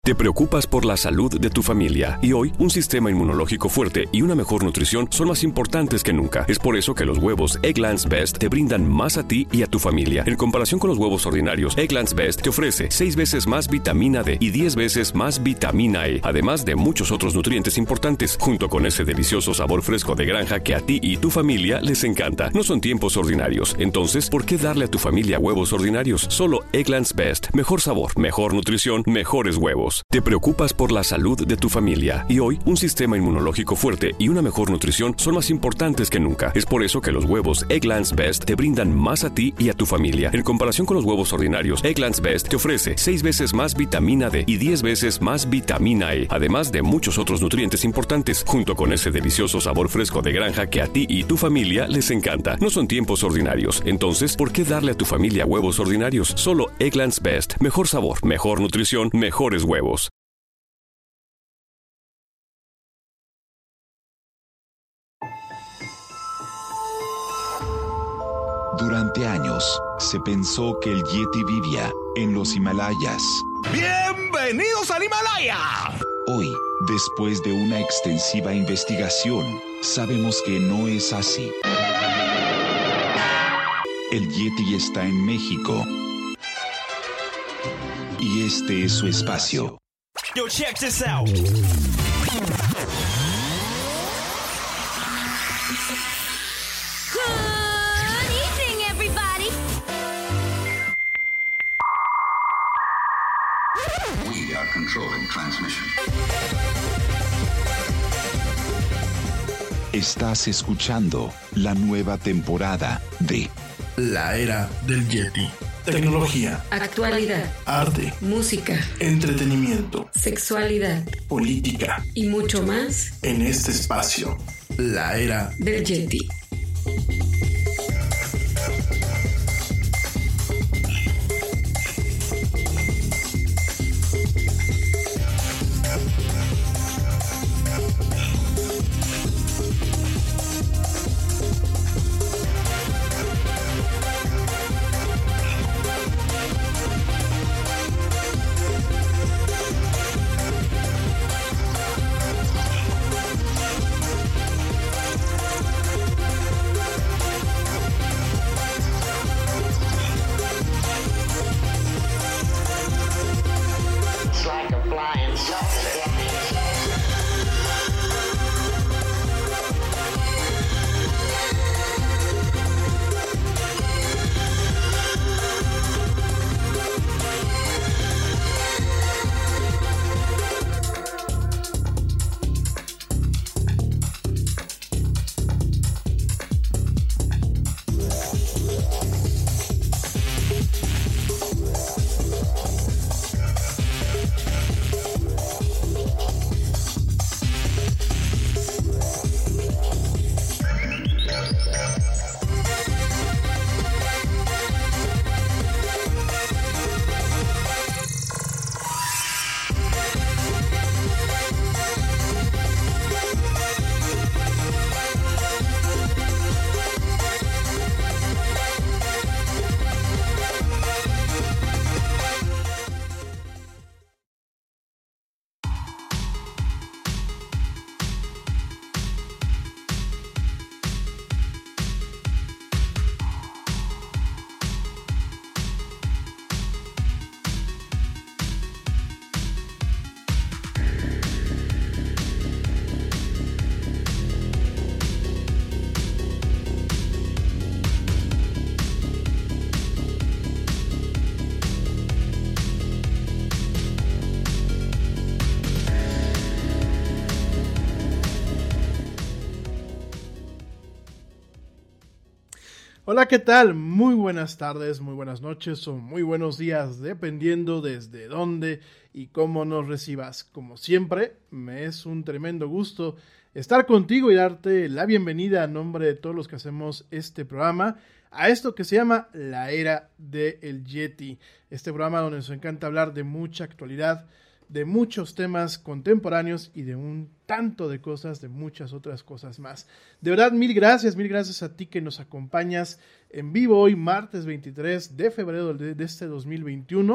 Te preocupas por la salud de tu familia y hoy un sistema inmunológico fuerte y una mejor nutrición son más importantes que nunca. Es por eso que los huevos Eggland's Best te brindan más a ti y a tu familia. En comparación con los huevos ordinarios, Eggland's Best te ofrece 6 veces más vitamina D y 10 veces más vitamina E, además de muchos otros nutrientes importantes, junto con ese delicioso sabor fresco de granja que a ti y tu familia les encanta. No son tiempos ordinarios, entonces, ¿por qué darle a tu familia huevos ordinarios? Solo Eggland's Best. Mejor sabor, mejor nutrición, mejores huevos. Te preocupas por la salud de tu familia y hoy un sistema inmunológico fuerte y una mejor nutrición son más importantes que nunca. Es por eso que los huevos Eggland's Best te brindan más a ti y a tu familia. En comparación con los huevos ordinarios, Eggland's Best te ofrece 6 veces más vitamina D y 10 veces más vitamina E, además de muchos otros nutrientes importantes, junto con ese delicioso sabor fresco de granja que a ti y tu familia les encanta. No son tiempos ordinarios, entonces, ¿por qué darle a tu familia huevos ordinarios? Solo Eggland's Best. Mejor sabor, mejor nutrición, mejores huevos. Durante años, se pensó que el Yeti vivía en los Himalayas. ¡Bienvenidos al Himalaya! Hoy, después de una extensiva investigación, sabemos que no es así. El Yeti está en México. Y este es su espacio. Yo, check this out. Good evening, everybody. We are controlling transmission. Estás escuchando la nueva temporada de La Era del Yeti. Tecnología, Actualidad, arte, música, entretenimiento, sexualidad política y mucho más en este espacio. La Era del Yeti. Hola, ¿qué tal? Muy buenas tardes, muy buenas noches o muy buenos días, dependiendo desde dónde y cómo nos recibas. Como siempre, me es un tremendo gusto estar contigo y darte la bienvenida a nombre de todos los que hacemos este programa, a esto que se llama La Era del Yeti. Este programa donde nos encanta hablar de mucha actualidad, de muchos temas contemporáneos y de un tanto de cosas, de muchas otras cosas más. De verdad, mil gracias a ti que nos acompañas en vivo hoy, martes 23 de febrero de este 2021.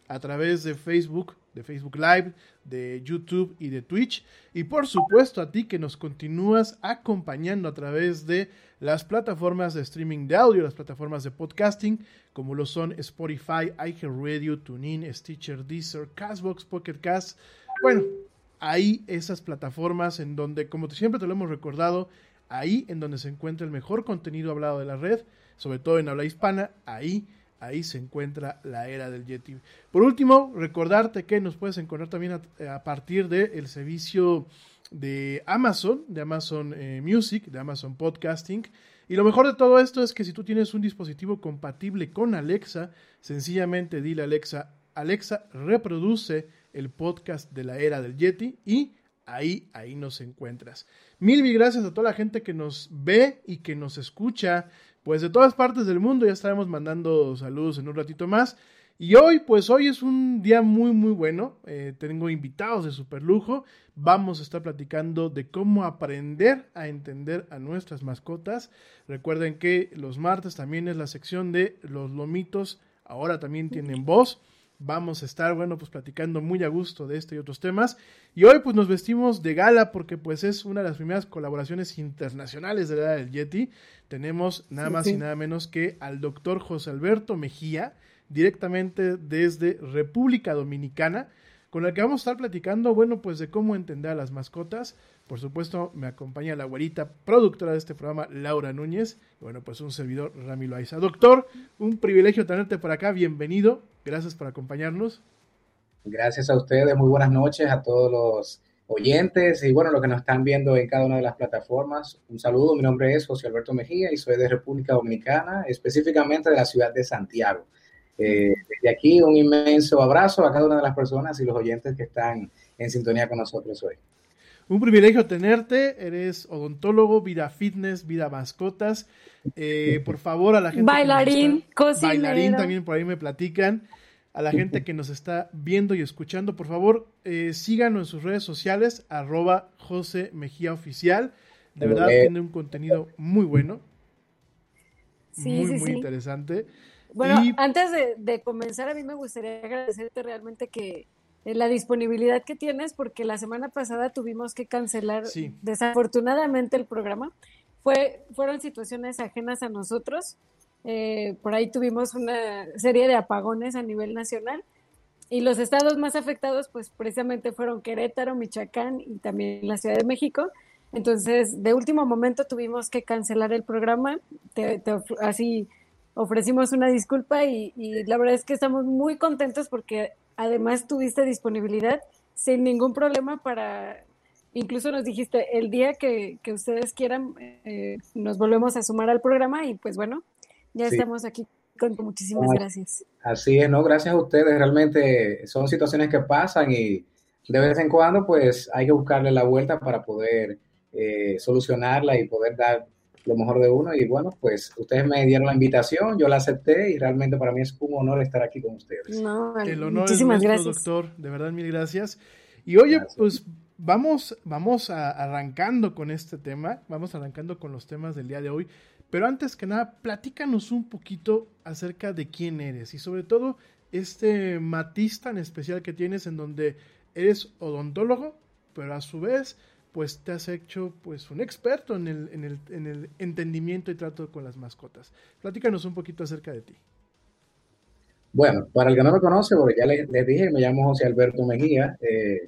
a través de Facebook Live, de YouTube y de Twitch. Y por supuesto a ti que nos continúas acompañando a través de las plataformas de streaming de audio, las plataformas de podcasting, como lo son Spotify, iHeartRadio, TuneIn, Stitcher, Deezer, Castbox, Pocket Cast. Bueno, ahí esas plataformas en donde, como siempre te lo hemos recordado, ahí en donde se encuentra el mejor contenido hablado de la red, sobre todo en habla hispana, ahí se encuentra la era del Yeti. Por último, recordarte que nos puedes encontrar también a partir del servicio de Amazon Music, de Amazon Podcasting. Y lo mejor de todo esto es que si tú tienes un dispositivo compatible con Alexa, sencillamente dile a Alexa, Alexa, reproduce el podcast de la era del Yeti y ahí nos encuentras. Mil gracias a toda la gente que nos ve y que nos escucha, pues de todas partes del mundo. Ya estaremos mandando saludos en un ratito más. Y hoy es un día muy muy bueno. Tengo invitados de super lujo. Vamos a estar platicando de cómo aprender a entender a nuestras mascotas. Recuerden que los martes también es la sección de los lomitos. Ahora también tienen voz. Vamos a estar, pues platicando muy a gusto de este y otros temas. Y hoy pues nos vestimos de gala porque pues es una de las primeras colaboraciones internacionales de la era del Yeti. Tenemos nada más y nada menos que al doctor José Alberto Mejía, directamente desde República Dominicana, con el que vamos a estar platicando, pues de cómo entender a las mascotas. Por supuesto, me acompaña la güerita productora de este programa, Laura Núñez, y pues un servidor, Rami Loaiza. Doctor, un privilegio tenerte por acá, bienvenido, gracias por acompañarnos. Gracias a ustedes, muy buenas noches a todos los oyentes y los que nos están viendo en cada una de las plataformas. Un saludo, mi nombre es José Alberto Mejía y soy de República Dominicana, específicamente de la ciudad de Santiago. Desde aquí un inmenso abrazo a cada una de las personas y los oyentes que están en sintonía con nosotros hoy. Un privilegio tenerte, eres odontólogo, vida fitness, vida mascotas. Por favor, a la gente bailarín, cocinero. Bailarín también por ahí me platican. A la gente que nos está viendo y escuchando, por favor, síganos en sus redes sociales, @José Mejía Oficial. De verdad tiene un contenido muy bueno. Muy interesante. Bueno, antes de comenzar, a mí me gustaría agradecerte realmente que la disponibilidad que tienes, porque la semana pasada tuvimos que cancelar desafortunadamente el programa. Fueron situaciones ajenas a nosotros. Por ahí tuvimos una serie de apagones a nivel nacional y los estados más afectados pues precisamente fueron Querétaro, Michoacán y también la Ciudad de México. Entonces, de último momento tuvimos que cancelar el programa. Así ofrecimos una disculpa y la verdad es que estamos muy contentos porque además tuviste disponibilidad sin ningún problema para, incluso nos dijiste, el día que ustedes quieran, nos volvemos a sumar al programa y pues ya estamos aquí con muchísimas gracias. Así es, gracias a ustedes, realmente son situaciones que pasan y de vez en cuando pues hay que buscarle la vuelta para poder solucionarla y poder dar lo mejor de uno y pues ustedes me dieron la invitación, yo la acepté y realmente para mí es un honor estar aquí con ustedes. El honor muchísimas es nuestro, gracias. Doctor, de verdad mil gracias. Y oye, pues vamos arrancando con este tema, vamos arrancando con los temas del día de hoy, pero antes que nada, platícanos un poquito acerca de quién eres y sobre todo este matiz tan especial que tienes en donde eres odontólogo, pero a su vez pues te has hecho pues un experto en el entendimiento y trato con las mascotas. Platícanos un poquito acerca de ti. Bueno, para el que no me conoce, porque ya les dije, me llamo José Alberto Mejía.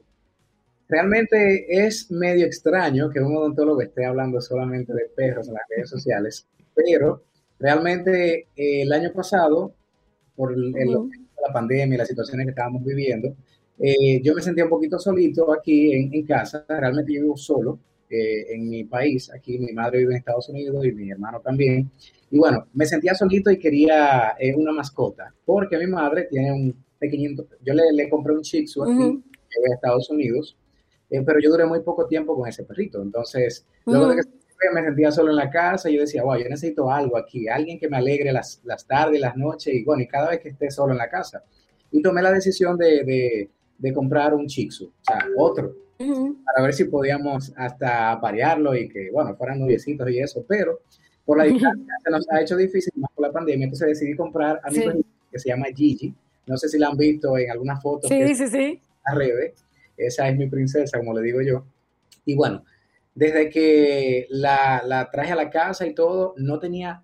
Realmente es medio extraño que un odontólogo esté hablando solamente de perros en las redes sociales, pero realmente el año pasado, por la pandemia y las situaciones que estábamos viviendo, yo me sentía un poquito solito aquí en casa. Realmente yo vivo solo en mi país. Aquí mi madre vive en Estados Unidos y mi hermano también. Y me sentía solito y quería una mascota, porque mi madre tiene un pequeñito. Yo le compré un Shih Tzu aquí, llegué a Estados Unidos, pero yo duré muy poco tiempo con ese perrito. Entonces, luego de que me sentía solo en la casa, yo decía, yo necesito algo aquí, alguien que me alegre las tardes, las noches, y cada vez que esté solo en la casa. Y tomé la decisión de comprar un Shih Tzu, o sea, otro, para ver si podíamos hasta aparearlo y que, fueran noviecitos y eso, pero por la distancia se nos ha hecho difícil más por la pandemia, entonces decidí comprar a mi perrito, que se llama Gigi. No sé si la han visto en algunas fotos. Sí, sí, sí. A Rebe, esa es mi princesa, como le digo yo. Y bueno, desde que la traje a la casa y todo, no tenía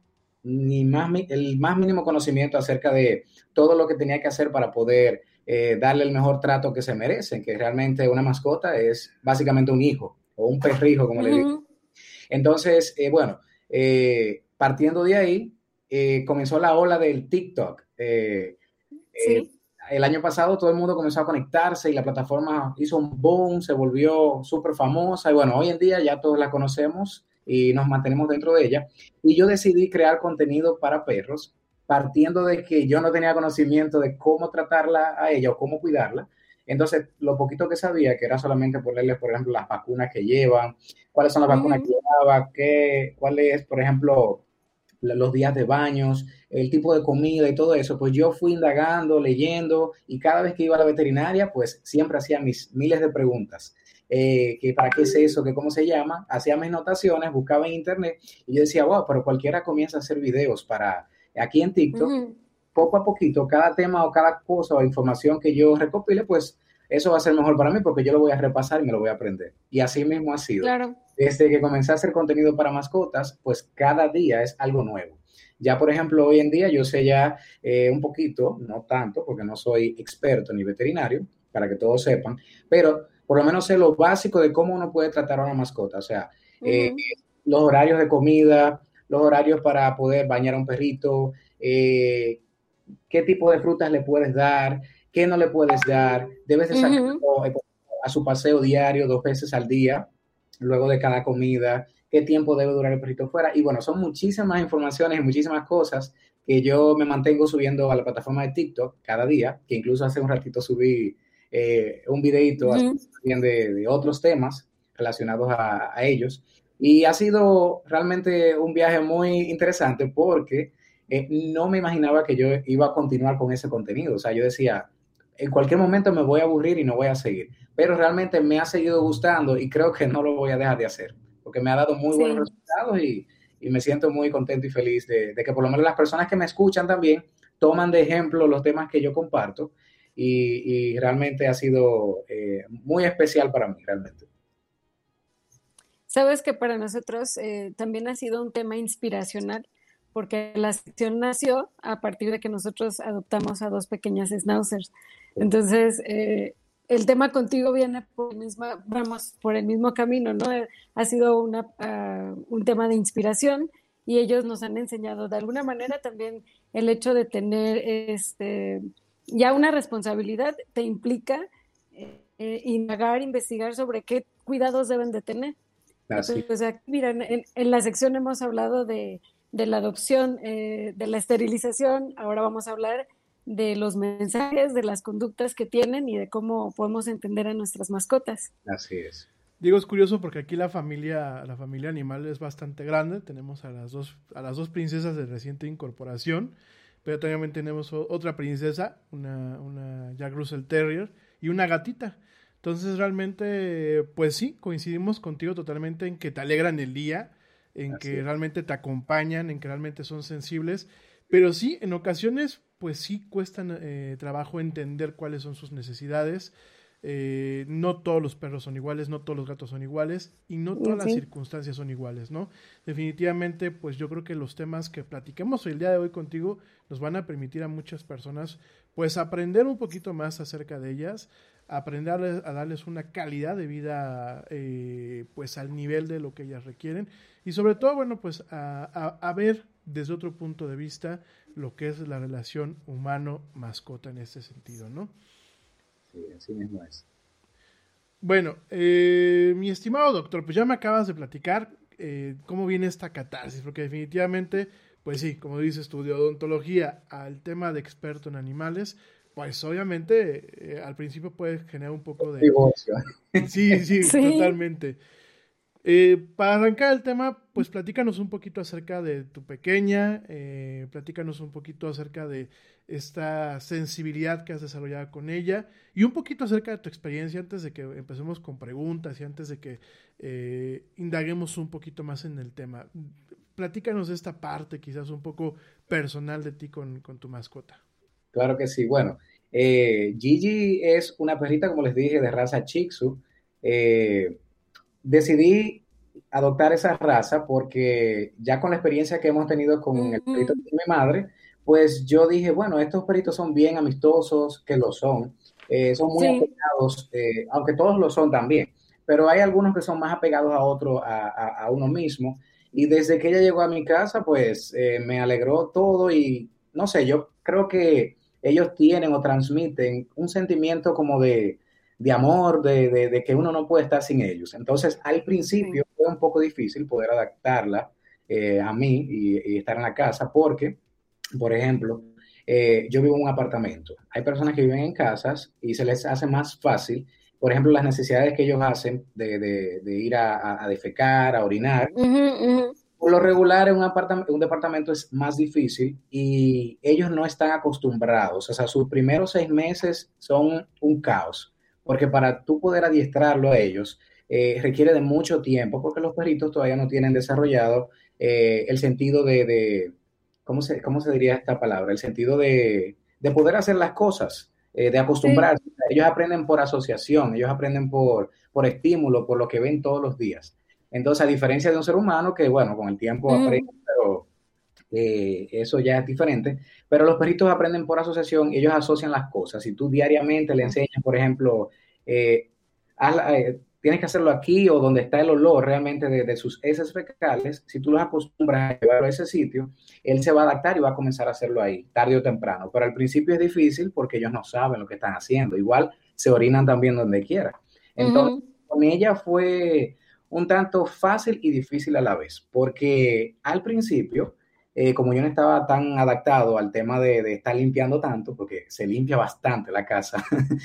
el más mínimo conocimiento acerca de todo lo que tenía que hacer para poder darle el mejor trato que se merecen, que realmente una mascota es básicamente un hijo o un perrijo, como le digo. Entonces, bueno, partiendo de ahí, comenzó la ola del TikTok. Sí. El año pasado todo el mundo comenzó a conectarse y la plataforma hizo un boom, se volvió súper famosa y bueno, hoy en día ya todos la conocemos y nos mantenemos dentro de ella. Y yo decidí crear contenido para perros, partiendo de que yo no tenía conocimiento de cómo tratarla a ella o cómo cuidarla. Entonces, lo poquito que sabía, que era solamente ponerles, por ejemplo, las vacunas que llevan, cuáles son las vacunas que lleva, cuál es, por ejemplo, los días de baños, el tipo de comida y todo eso, pues yo fui indagando, leyendo, y cada vez que iba a la veterinaria, pues siempre hacía mis miles de preguntas. Que para qué es eso, que cómo se llama, hacía mis notaciones, buscaba en internet, y yo decía, wow, pero cualquiera comienza a hacer videos para, aquí en TikTok, poco a poquito, cada tema o cada cosa o información que yo recopile, pues eso va a ser mejor para mí porque yo lo voy a repasar y me lo voy a aprender. Y así mismo ha sido. Claro. Desde que comencé a hacer contenido para mascotas, pues cada día es algo nuevo. Ya, por ejemplo, hoy en día yo sé ya un poquito, no tanto, porque no soy experto ni veterinario, para que todos sepan, pero por lo menos sé lo básico de cómo uno puede tratar a una mascota. O sea, los horarios de comida, los horarios para poder bañar a un perrito, qué tipo de frutas le puedes dar, qué no le puedes dar, debes de sacarlo a su paseo diario 2 veces al día, luego de cada comida, qué tiempo debe durar el perrito fuera. Y bueno, son muchísimas informaciones y muchísimas cosas que yo me mantengo subiendo a la plataforma de TikTok cada día, que incluso hace un ratito subí un videito también de otros temas relacionados a ellos. Y ha sido realmente un viaje muy interesante porque no me imaginaba que yo iba a continuar con ese contenido. O sea, yo decía, en cualquier momento me voy a aburrir y no voy a seguir. Pero realmente me ha seguido gustando y creo que no lo voy a dejar de hacer, porque me ha dado muy buenos resultados y me siento muy contento y feliz de que por lo menos las personas que me escuchan también toman de ejemplo los temas que yo comparto y realmente ha sido muy especial para mí, realmente. Sabes que para nosotros también ha sido un tema inspiracional, porque la sección nació a partir de que nosotros adoptamos a 2 pequeñas schnauzers. Entonces, el tema contigo viene por el mismo camino, ¿no? Ha sido un tema de inspiración y ellos nos han enseñado de alguna manera también el hecho de tener ya una responsabilidad te implica indagar, investigar sobre qué cuidados deben de tener. Entonces, aquí, mira, en la sección hemos hablado de la adopción, de la esterilización, ahora vamos a hablar de los mensajes, de las conductas que tienen y de cómo podemos entender a nuestras mascotas. Así es. Digo, es curioso porque aquí la familia animal es bastante grande, tenemos a las dos princesas de reciente incorporación, pero también tenemos otra princesa, una Jack Russell Terrier y una gatita. Entonces realmente, pues sí, coincidimos contigo totalmente en que te alegran el día, en que realmente te acompañan, en que realmente son sensibles, pero sí, en ocasiones, pues sí cuestan trabajo entender cuáles son sus necesidades. No todos los perros son iguales, no todos los gatos son iguales y no todas las circunstancias son iguales, ¿no? Definitivamente, pues yo creo que los temas que platiquemos el día de hoy contigo nos van a permitir a muchas personas, pues aprender un poquito más acerca de ellas, aprender a darles una calidad de vida pues al nivel de lo que ellas requieren y sobre todo, bueno, pues a ver desde otro punto de vista lo que es la relación humano-mascota en este sentido, ¿no? Sí, así mismo es. Bueno, mi estimado doctor, pues ya me acabas de platicar cómo viene esta catarsis, porque definitivamente, pues sí, como dices tú, de odontología al tema de experto en animales, pues obviamente al principio puede generar un poco de... divorcio. Sí, totalmente. Para arrancar el tema, pues platícanos un poquito acerca de tu pequeña, platícanos un poquito acerca de esta sensibilidad que has desarrollado con ella y un poquito acerca de tu experiencia antes de que empecemos con preguntas y antes de que indaguemos un poquito más en el tema. Platícanos de esta parte quizás un poco personal de ti con tu mascota. Claro que sí. Bueno, Gigi es una perrita, como les dije, de raza Shih Tzu. Decidí adoptar esa raza porque ya con la experiencia que hemos tenido con el perrito de mi madre, pues yo dije, bueno, estos perritos son bien amistosos, que lo son muy apegados, aunque todos lo son también, pero hay algunos que son más apegados a otro, a uno mismo, y desde que ella llegó a mi casa, pues me alegró todo y no sé, yo creo que ellos tienen o transmiten un sentimiento como de amor, de que uno no puede estar sin ellos. Entonces, al principio fue un poco difícil poder adaptarla a mí y estar en la casa porque, por ejemplo, yo vivo en un apartamento. Hay personas que viven en casas y se les hace más fácil, por ejemplo, las necesidades que ellos hacen de ir a defecar, a orinar. Por lo regular, en un departamento es más difícil y ellos no están acostumbrados. O sea, sus primeros 6 meses son un caos, porque para tú poder adiestrarlo a ellos requiere de mucho tiempo, porque los perritos todavía no tienen desarrollado el sentido ¿cómo se diría esta palabra? El sentido de poder hacer las cosas, de acostumbrarse. Sí. Ellos aprenden por asociación, ellos aprenden por estímulo, por lo que ven todos los días. Entonces, a diferencia de un ser humano que, bueno, con el tiempo aprende, pero eso ya es diferente. Pero los perritos aprenden por asociación, ellos asocian las cosas. Si tú diariamente le enseñas, por ejemplo, tienes que hacerlo aquí o donde está el olor realmente de sus heces fecales, si tú los acostumbras a llevarlo a ese sitio, él se va a adaptar y va a comenzar a hacerlo ahí, tarde o temprano. Pero al principio es difícil porque ellos no saben lo que están haciendo. Igual se orinan también donde quiera. Entonces, con ella fue un tanto fácil y difícil a la vez, porque al principio, como yo no estaba tan adaptado al tema de estar limpiando tanto, porque se limpia bastante la casa,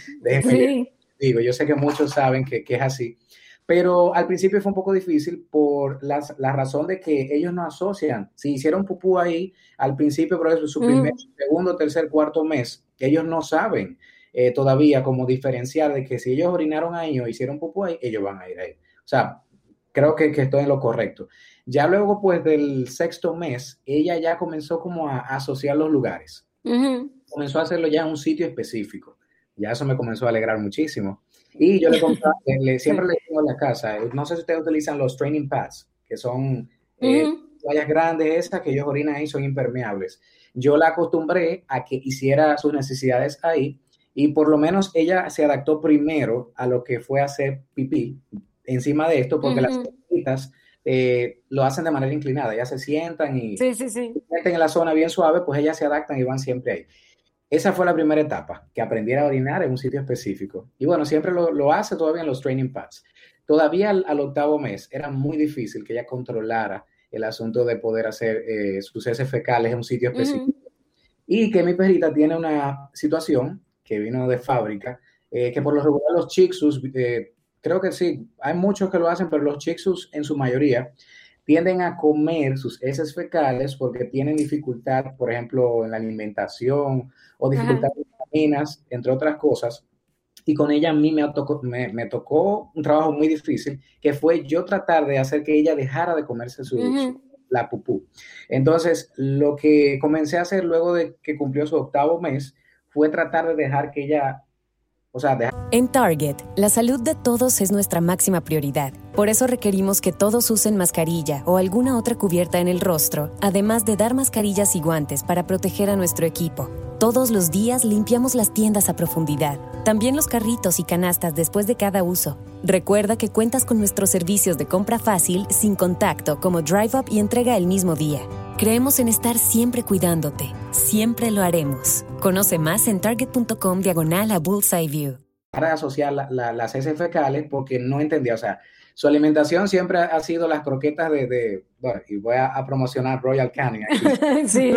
digo, yo sé que muchos saben que es así, pero al principio fue un poco difícil por la razón de que ellos no asocian. Si hicieron pupú ahí, al principio, por eso, su primer, segundo, tercer, cuarto mes, ellos no saben todavía cómo diferenciar de que si ellos orinaron ahí o hicieron pupú ahí, ellos van a ir ahí. O sea, creo que estoy en lo correcto. Ya luego, pues, del 6º mes, ella ya comenzó como a asociar los lugares. Comenzó a hacerlo ya en un sitio específico. Ya eso me comenzó a alegrar muchísimo. Y yo siempre le digo en la casa, no sé si ustedes utilizan los training pads, que son toallas grandes esas que ellos orinan ahí, son impermeables. Yo la acostumbré a que hiciera sus necesidades ahí y por lo menos ella se adaptó primero a lo que fue hacer pipí encima de esto, porque las perritas lo hacen de manera inclinada, ellas se sientan y se meten en la zona bien suave, pues ellas se adaptan y van siempre ahí. Esa fue la primera etapa, que aprendiera a orinar en un sitio específico. Y bueno, siempre lo hace todavía en los training pads. Todavía al 8º mes era muy difícil que ella controlara el asunto de poder hacer sus heces fecales en un sitio específico. Y que mi perrita tiene una situación que vino de fábrica, que por lo regular los Shih Tzus, creo que sí, hay muchos que lo hacen, pero los Shih Tzus en su mayoría tienden a comer sus heces fecales porque tienen dificultad, por ejemplo, en la alimentación o dificultad en vitaminas, entre otras cosas. Y con ella a mí me tocó un trabajo muy difícil, que fue yo tratar de hacer que ella dejara de comerse la pupú. Entonces, lo que comencé a hacer luego de que cumplió su 8º mes fue tratar de dejar que ella... En Target, la salud de todos es nuestra máxima prioridad. Por eso requerimos que todos usen mascarilla o alguna otra cubierta en el rostro, además de dar mascarillas y guantes para proteger a nuestro equipo. Todos los días limpiamos las tiendas a profundidad, también los carritos y canastas después de cada uso. Recuerda que cuentas con nuestros servicios de compra fácil, sin contacto, como Drive Up y entrega el mismo día. Creemos en estar siempre cuidándote. Siempre lo haremos. Conoce más en target.com/Bullseye View. Para asociar las heces fecales porque no entendía, o sea, su alimentación siempre ha sido las croquetas bueno, y voy a promocionar Royal Canin aquí. Sí.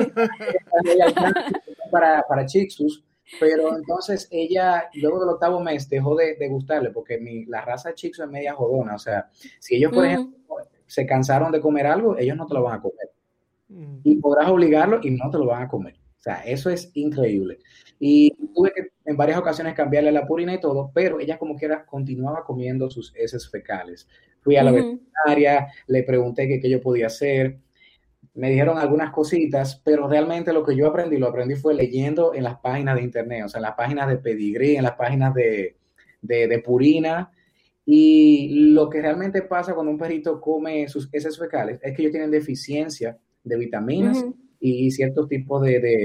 para Shih Tzus, pero entonces ella luego del 8º mes dejó de gustarle porque la raza Shih Tzu es media jodona, o sea, si ellos, por ejemplo, se cansaron de comer algo, ellos no te lo van a comer. Y podrás obligarlo y no te lo van a comer. O sea, eso es increíble. Y tuve que en varias ocasiones cambiarle la purina y todo, pero ella como quiera continuaba comiendo sus heces fecales. Fui a la veterinaria, le pregunté qué yo podía hacer. me dijeron algunas cositas, pero realmente lo que yo lo aprendí fue leyendo en las páginas de internet, o sea, en las páginas de Pedigree, en las páginas de Purina. Y lo que realmente pasa cuando un perrito come sus heces fecales es que ellos tienen deficiencia de vitaminas y ciertos tipos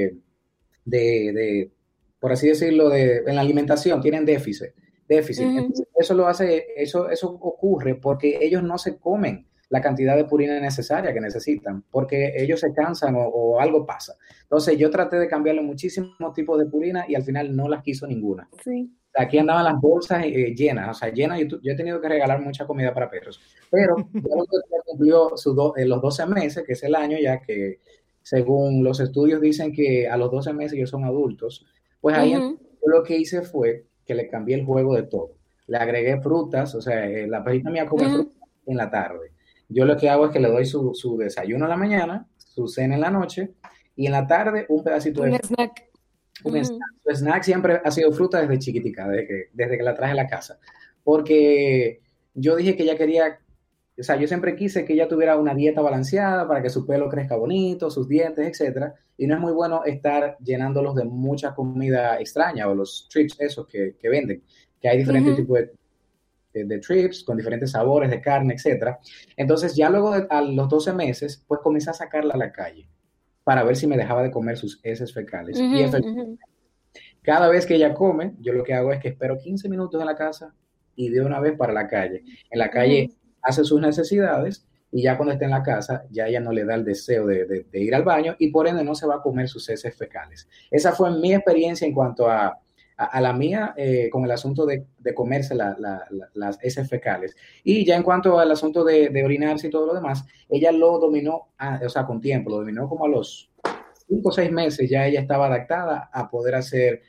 de, por así decirlo, en la alimentación, tienen déficit. Entonces, eso ocurre porque ellos no se comen la cantidad de purina necesaria que necesitan, porque ellos se cansan o algo pasa. Entonces, yo traté de cambiarle muchísimos tipos de purina y al final no las quiso ninguna. Sí. Aquí andaban las bolsas llenas, o sea, llenas. Yo he tenido que regalar mucha comida para perros, pero ya cumplió los 12 meses, que es el año ya que, según los estudios dicen que a los 12 meses ellos son adultos, pues ahí yo lo que hice fue que le cambié el juego de todo. Le agregué frutas, o sea, la perrita mía come frutas en la tarde. Yo lo que hago es que le doy su desayuno en la mañana, su cena en la noche, y en la tarde un pedacito de snack. Un snack. Su snack siempre ha sido fruta desde chiquitica, desde que la traje a la casa. Porque yo dije que ella quería, o sea, yo siempre quise que ella tuviera una dieta balanceada para que su pelo crezca bonito, sus dientes, etcétera. Y no es muy bueno estar llenándolos de mucha comida extraña o los treats esos que venden, que hay diferentes tipos de trips con diferentes sabores de carne, etcétera. Entonces ya luego a los 12 meses, pues comencé a sacarla a la calle para ver si me dejaba de comer sus heces fecales. Y efectivamente, cada vez que ella come, yo lo que hago es que espero 15 minutos en la casa y de una vez para la calle. En la calle hace sus necesidades y ya cuando esté en la casa, ya ella no le da el deseo de ir al baño y por ende no se va a comer sus heces fecales. Esa fue mi experiencia en cuanto a la mía con el asunto de comerse las heces fecales. Y ya en cuanto al asunto de orinarse y todo lo demás, ella lo dominó, o sea, con tiempo, lo dominó como a los 5 o 6 meses, ya ella estaba adaptada a poder hacer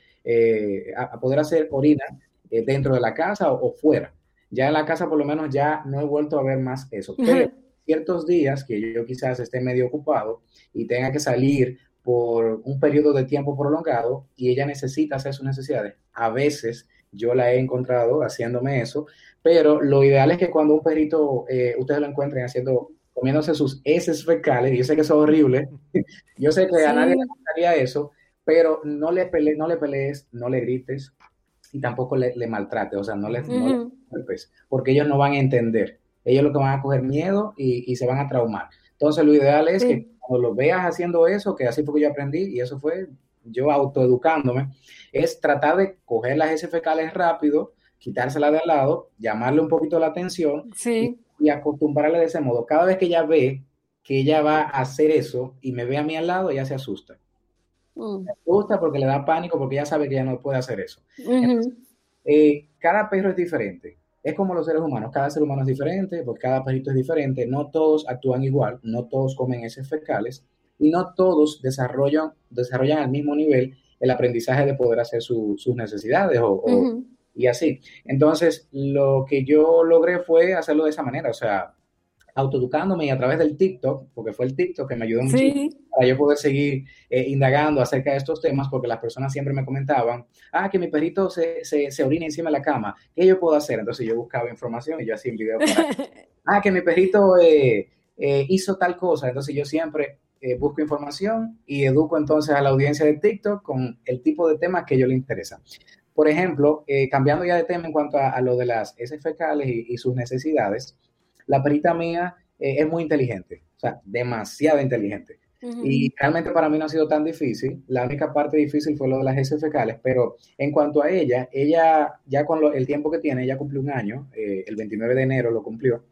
orina dentro de la casa o fuera. Ya en la casa por lo menos ya no he vuelto a ver más eso. Pero ciertos días que yo quizás esté medio ocupado y tenga que salir por un periodo de tiempo prolongado y ella necesita hacer sus necesidades. A veces yo la he encontrado haciéndome eso, pero lo ideal es que cuando un perrito, ustedes lo encuentren comiéndose sus heces fecales, y yo sé que eso es horrible, yo sé que a nadie le gustaría eso, pero no le pelees, no le grites y tampoco le maltrates, o sea, no le golpes, porque ellos no van a entender. Ellos lo que van a coger miedo y se van a traumar. Entonces, lo ideal es que cuando lo veas haciendo eso, que así fue que yo aprendí, y eso fue yo autoeducándome, es tratar de coger las heces fecales rápido, quitársela de al lado, llamarle un poquito la atención y acostumbrarle de ese modo. Cada vez que ella ve que ella va a hacer eso y me ve a mí al lado, ella se asusta. Se asusta porque le da pánico, porque ella sabe que ella no puede hacer eso. Entonces, cada perro es diferente. Es como los seres humanos, cada ser humano es diferente, porque cada perrito es diferente, no todos actúan igual, no todos comen heces fecales y no todos desarrollan al mismo nivel el aprendizaje de poder hacer sus necesidades y así. Entonces, lo que yo logré fue hacerlo de esa manera, o sea, autoeducándome y a través del TikTok, porque fue el TikTok que me ayudó muchísimo para yo poder seguir indagando acerca de estos temas, porque las personas siempre me comentaban, que mi perrito se orina encima de la cama, ¿qué yo puedo hacer? Entonces yo buscaba información y yo hacía un video para que mi perrito hizo tal cosa, entonces yo siempre busco información y educo entonces a la audiencia de TikTok con el tipo de temas que a ellos les interesan. Por ejemplo, cambiando ya de tema en cuanto a lo de las heces fecales y sus necesidades, la perrita mía es muy inteligente, o sea, demasiado inteligente. Y realmente para mí no ha sido tan difícil. La única parte difícil fue lo de las heces fecales, pero en cuanto a ella ya con el tiempo que tiene, ella cumplió 1 año, el 29 de enero lo cumplió,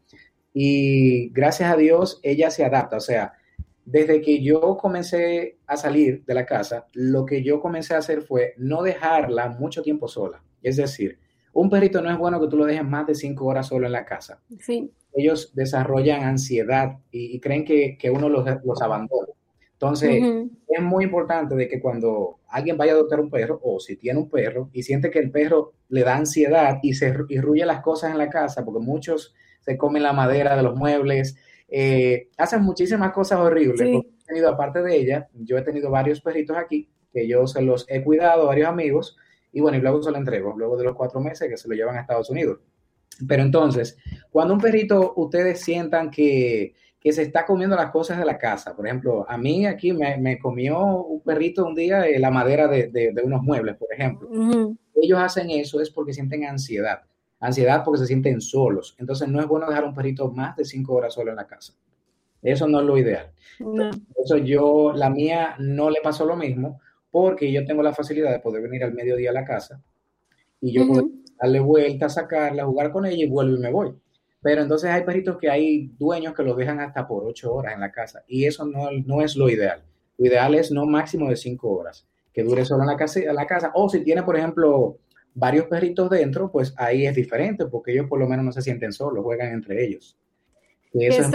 y gracias a Dios ella se adapta, o sea, desde que yo comencé a salir de la casa, lo que yo comencé a hacer fue no dejarla mucho tiempo sola. Es decir, un perrito no es bueno que tú lo dejes más de 5 horas solo en la casa. Sí. Ellos desarrollan ansiedad y creen que uno los abandona. Entonces, es muy importante de que cuando alguien vaya a adoptar un perro, o si tiene un perro, y siente que el perro le da ansiedad y ruye las cosas en la casa, porque muchos se comen la madera de los muebles, hacen muchísimas cosas horribles. Porque he tenido, aparte de ella, yo he tenido varios perritos aquí, que yo se los he cuidado, varios amigos, y bueno, y luego se lo entrego, luego de los 4 meses que se lo llevan a Estados Unidos. Pero entonces, cuando un perrito ustedes sientan que que se está comiendo las cosas de la casa. Por ejemplo, a mí aquí me comió un perrito un día la madera de unos muebles, por ejemplo. Ujú. Ellos hacen eso es porque sienten ansiedad porque se sienten solos. Entonces no es bueno dejar un perrito más de 5 horas solo en la casa. Eso no es lo ideal. No. Eso la mía no le pasó lo mismo, porque yo tengo la facilidad de poder venir al mediodía a la casa y yo puedo darle vuelta, sacarla, jugar con ella y vuelvo y me voy. Pero entonces hay perritos que hay dueños que los dejan hasta por 8 horas en la casa y eso no es lo ideal. Lo ideal es no máximo de 5 horas, que dure solo en la casa. O si tiene, por ejemplo, varios perritos dentro, pues ahí es diferente porque ellos por lo menos no se sienten solos, juegan entre ellos. Esta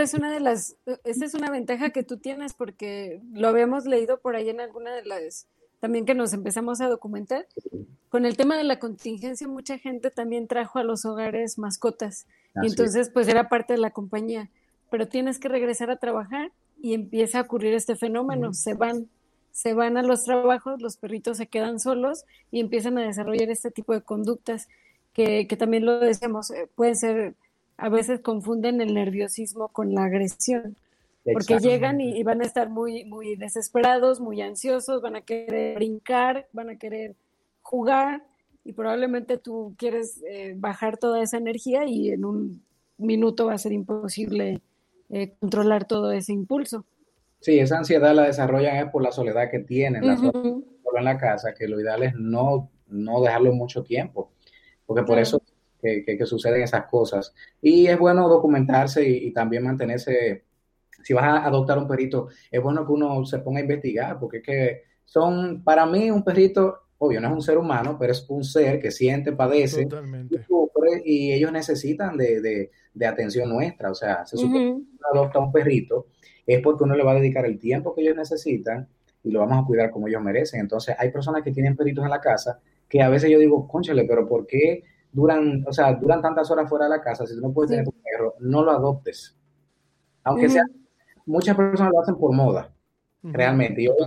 es una ventaja que tú tienes porque lo habíamos leído por ahí en alguna de las, también que nos empezamos a documentar. Con el tema de la contingencia, mucha gente también trajo a los hogares mascotas. Y entonces, pues era parte de la compañía. Pero tienes que regresar a trabajar y empieza a ocurrir este fenómeno. Se van a los trabajos, los perritos se quedan solos y empiezan a desarrollar este tipo de conductas que también lo decíamos, pueden ser, a veces confunden el nerviosismo con la agresión. Porque llegan y van a estar muy, muy desesperados, muy ansiosos, van a querer brincar, van a querer jugar y probablemente tú quieres bajar toda esa energía y en un minuto va a ser imposible controlar todo ese impulso. Sí, esa ansiedad la desarrollan es por la soledad que tienen, solo en la casa, que lo ideal es no dejarlo mucho tiempo, porque por eso que suceden esas cosas. Y es bueno documentarse y también mantenerse. Si vas a adoptar un perrito, es bueno que uno se ponga a investigar, porque es que para mí un perrito, obvio, no es un ser humano, pero es un ser que siente, padece, y sufre, y ellos necesitan de atención nuestra. O sea, se supone que uno adopta un perrito, es porque uno le va a dedicar el tiempo que ellos necesitan y lo vamos a cuidar como ellos merecen. Entonces, hay personas que tienen perritos en la casa que a veces yo digo, cónchale, pero ¿por qué duran tantas horas fuera de la casa? Si tú no puedes tener tu perro, no lo adoptes. Aunque sea, muchas personas lo hacen por moda, realmente. Yo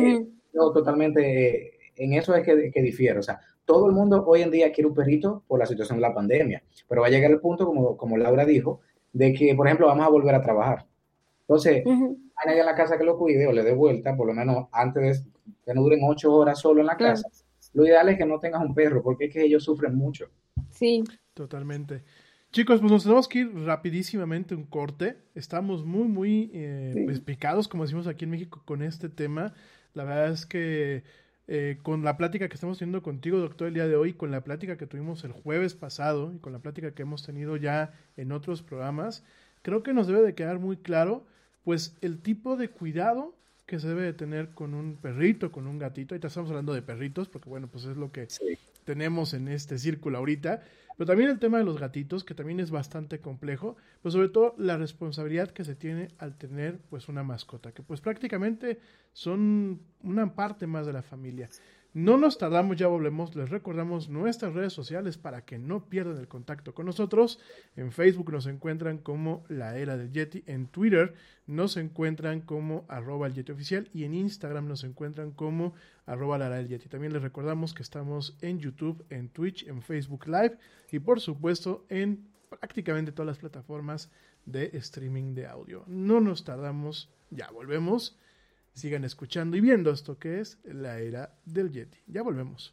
totalmente en eso es que difiere. O sea, todo el mundo hoy en día quiere un perrito por la situación de la pandemia, pero va a llegar el punto, como Laura dijo, de que, por ejemplo, vamos a volver a trabajar. Entonces, hay nadie en la casa que lo cuide o le dé vuelta, por lo menos antes de que no duren 8 horas solo en la casa. Lo ideal es que no tengas un perro, porque es que ellos sufren mucho. Sí. Totalmente. Chicos, pues nos tenemos que ir rapidísimamente un corte. Estamos muy, muy pues, picados, como decimos aquí en México, con este tema. La verdad es que con la plática que estamos teniendo contigo, doctor, el día de hoy, con la plática que tuvimos el jueves pasado y con la plática que hemos tenido ya en otros programas, creo que nos debe de quedar muy claro pues el tipo de cuidado que se debe de tener con un perrito, con un gatito. Ahorita estamos hablando de perritos, porque bueno, pues es lo que tenemos en este círculo ahorita. Pero también el tema de los gatitos, que también es bastante complejo, pero sobre todo la responsabilidad que se tiene al tener pues una mascota, que pues prácticamente son una parte más de la familia. No nos tardamos, ya volvemos. Les recordamos nuestras redes sociales para que no pierdan el contacto con nosotros. En Facebook nos encuentran como La Era del Yeti, en Twitter nos encuentran como @elYetiOficial y en Instagram nos encuentran como @LaraDelYeti. También les recordamos que estamos en YouTube, en Twitch, en Facebook Live y por supuesto en prácticamente todas las plataformas de streaming de audio. No nos tardamos, ya volvemos. Sigan escuchando y viendo esto que es La Era del Yeti. Ya volvemos.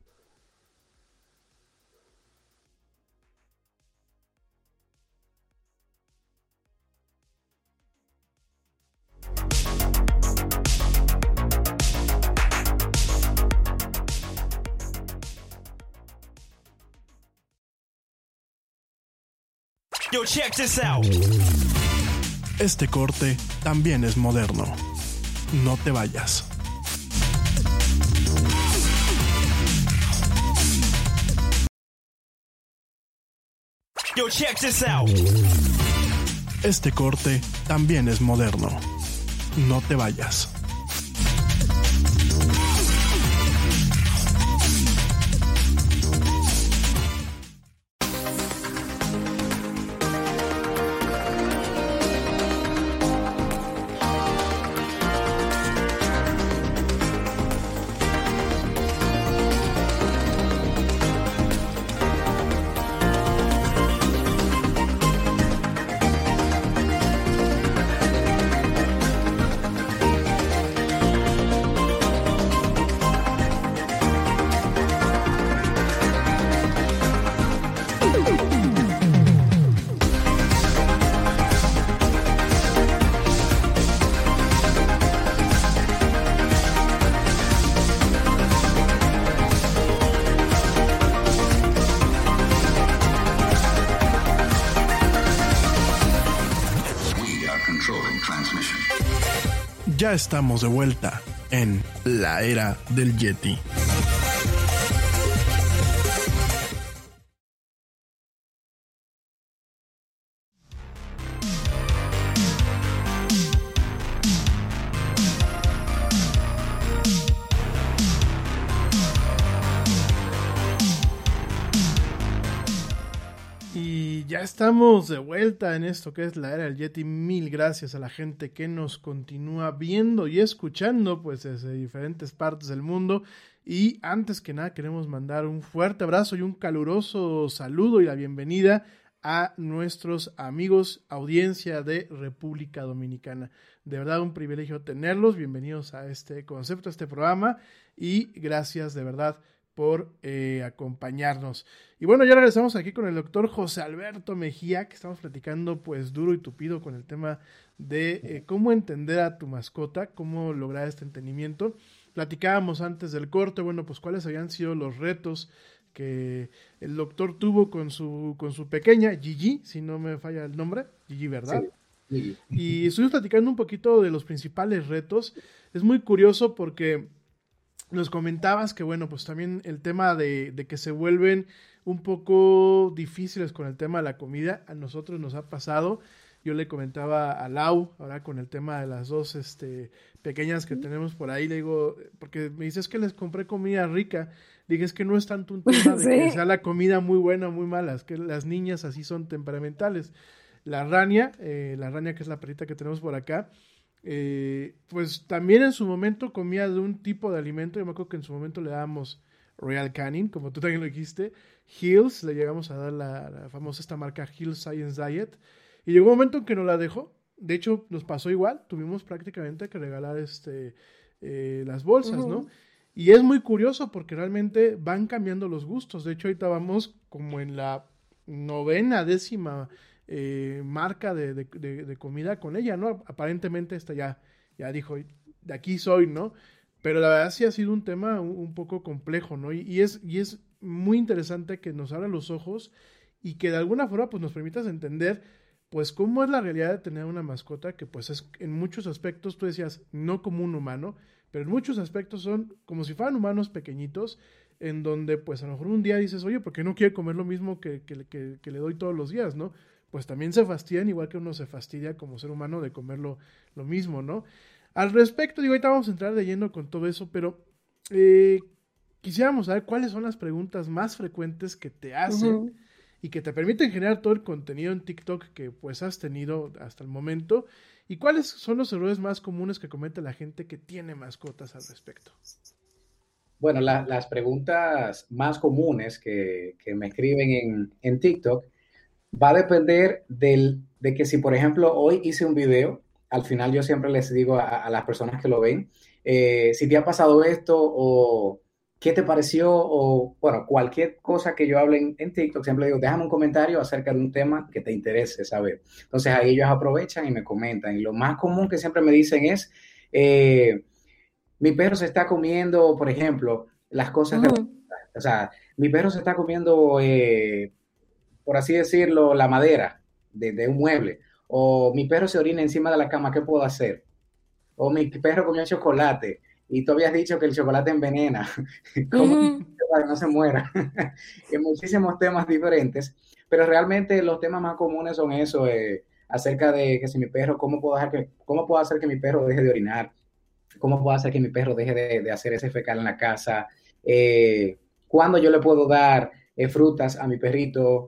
Yo, check this out. Este corte también es moderno. No te vayas. Yo, check this out. Este corte también es moderno. No te vayas. Ya estamos de vuelta en la era del Yeti. Ya estamos de vuelta en esto que es la era del Yeti. Mil gracias a la gente que nos continúa viendo y escuchando pues desde diferentes partes del mundo. Y antes que nada queremos mandar un fuerte abrazo y un caluroso saludo y la bienvenida a nuestros amigos, audiencia de República Dominicana. De verdad un privilegio tenerlos. Bienvenidos a este concepto, a este programa, y gracias de verdad por acompañarnos. Y bueno, ya regresamos aquí con el doctor José Alberto Mejía, que estamos platicando pues duro y tupido con el tema de cómo entender a tu mascota, cómo lograr este entendimiento. Platicábamos antes del corte, bueno, pues cuáles habían sido los retos que el doctor tuvo con su pequeña, Gigi, si no me falla el nombre, Gigi, ¿verdad? Sí. Y estuvimos platicando un poquito de los principales retos. Es muy curioso porque nos comentabas que, bueno, pues también el tema de que se vuelven un poco difíciles con el tema de la comida, a nosotros nos ha pasado. Yo le comentaba a Lau, ahora con el tema de las dos pequeñas que tenemos por ahí, le digo, porque me dices que les compré comida rica, dije, es que no es tanto un tema de Sí. que sea la comida muy buena o muy mala, es que las niñas así son temperamentales. La Rania, que es la perrita que tenemos por acá, pues también en su momento comía de un tipo de alimento. Yo me acuerdo que en su momento le dábamos Royal Canin, como tú también lo dijiste, Hills, le llegamos a dar la famosa esta marca Hills Science Diet, y llegó un momento en que nos la dejó. De hecho nos pasó igual, tuvimos prácticamente que regalar las bolsas, ¿no? Y es muy curioso porque realmente van cambiando los gustos. De hecho ahorita vamos como en la 9ª, 10ª marca de comida con ella, ¿no? Aparentemente esta ya dijo, de aquí soy, ¿no? Pero la verdad sí ha sido un tema un poco complejo, ¿no? Y es muy interesante que nos abra los ojos y que de alguna forma pues nos permitas entender pues cómo es la realidad de tener una mascota que pues es en muchos aspectos, tú decías, no como un humano, pero en muchos aspectos son como si fueran humanos pequeñitos, en donde pues a lo mejor un día dices, oye, ¿por qué no quiere comer lo mismo que le doy todos los días, ¿no? Pues también se fastidian, igual que uno se fastidia como ser humano de comer lo mismo, ¿no? Al respecto, digo, ahorita vamos a entrar de lleno con todo eso, pero quisiéramos saber cuáles son las preguntas más frecuentes que te hacen y que te permiten generar todo el contenido en TikTok que pues has tenido hasta el momento, y cuáles son los errores más comunes que comete la gente que tiene mascotas al respecto. Bueno, las preguntas más comunes que me escriben en TikTok va a depender de que si, por ejemplo, hoy hice un video, al final yo siempre les digo a las personas que lo ven, si te ha pasado esto o qué te pareció, o bueno, cualquier cosa que yo hable en TikTok, siempre digo, déjame un comentario acerca de un tema que te interese saber. Entonces ahí ellos aprovechan y me comentan. Y lo más común que siempre me dicen es, mi perro se está comiendo, por ejemplo, las cosas o sea, mi perro se está comiendo, por así decirlo, la madera de un mueble, o mi perro se orina encima de la cama, ¿qué puedo hacer? O mi perro comió chocolate y tú habías dicho que el chocolate envenena, ¿cómo para que no se muera? En muchísimos temas diferentes, pero realmente los temas más comunes son eso, acerca de que si mi perro, ¿cómo puedo hacer que mi perro deje de orinar? ¿Cómo puedo hacer que mi perro deje de hacer ese fecal en la casa? ¿Cuándo yo le puedo dar frutas a mi perrito?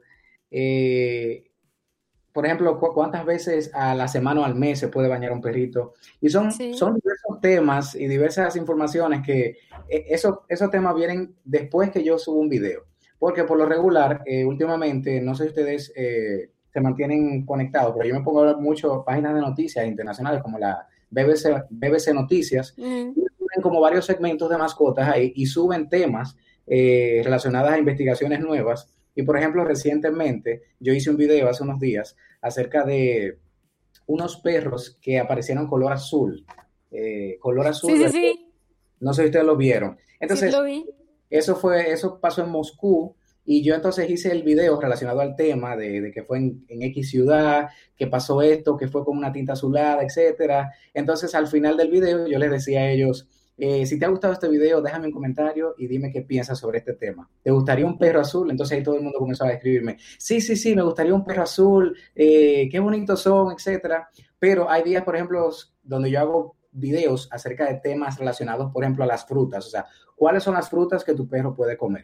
Por ejemplo, ¿cuántas veces a la semana o al mes se puede bañar un perrito? Y son diversos temas y diversas informaciones que esos temas vienen después que yo subo un video. Porque por lo regular, últimamente, no sé si ustedes se mantienen conectados, pero yo me pongo a ver mucho páginas de noticias internacionales como la BBC Noticias, y suben como varios segmentos de mascotas ahí y suben temas relacionados a investigaciones nuevas. Y por ejemplo, recientemente yo hice un video hace unos días acerca de unos perros que aparecieron color azul. Sí. No sé si ustedes lo vieron. Entonces, sí, lo vi. Eso pasó en Moscú Y yo entonces hice el video relacionado al tema de que fue en X ciudad, que pasó esto, que fue con una tinta azulada, etcétera. Entonces, al final del video, yo les decía a ellos, si te ha gustado este video, déjame un comentario y dime qué piensas sobre este tema. ¿Te gustaría un perro azul? Entonces ahí todo el mundo comenzó a escribirme, sí, me gustaría un perro azul, qué bonitos son, etcétera. Pero hay días, por ejemplo, donde yo hago videos acerca de temas relacionados, por ejemplo, a las frutas. O sea, ¿cuáles son las frutas que tu perro puede comer?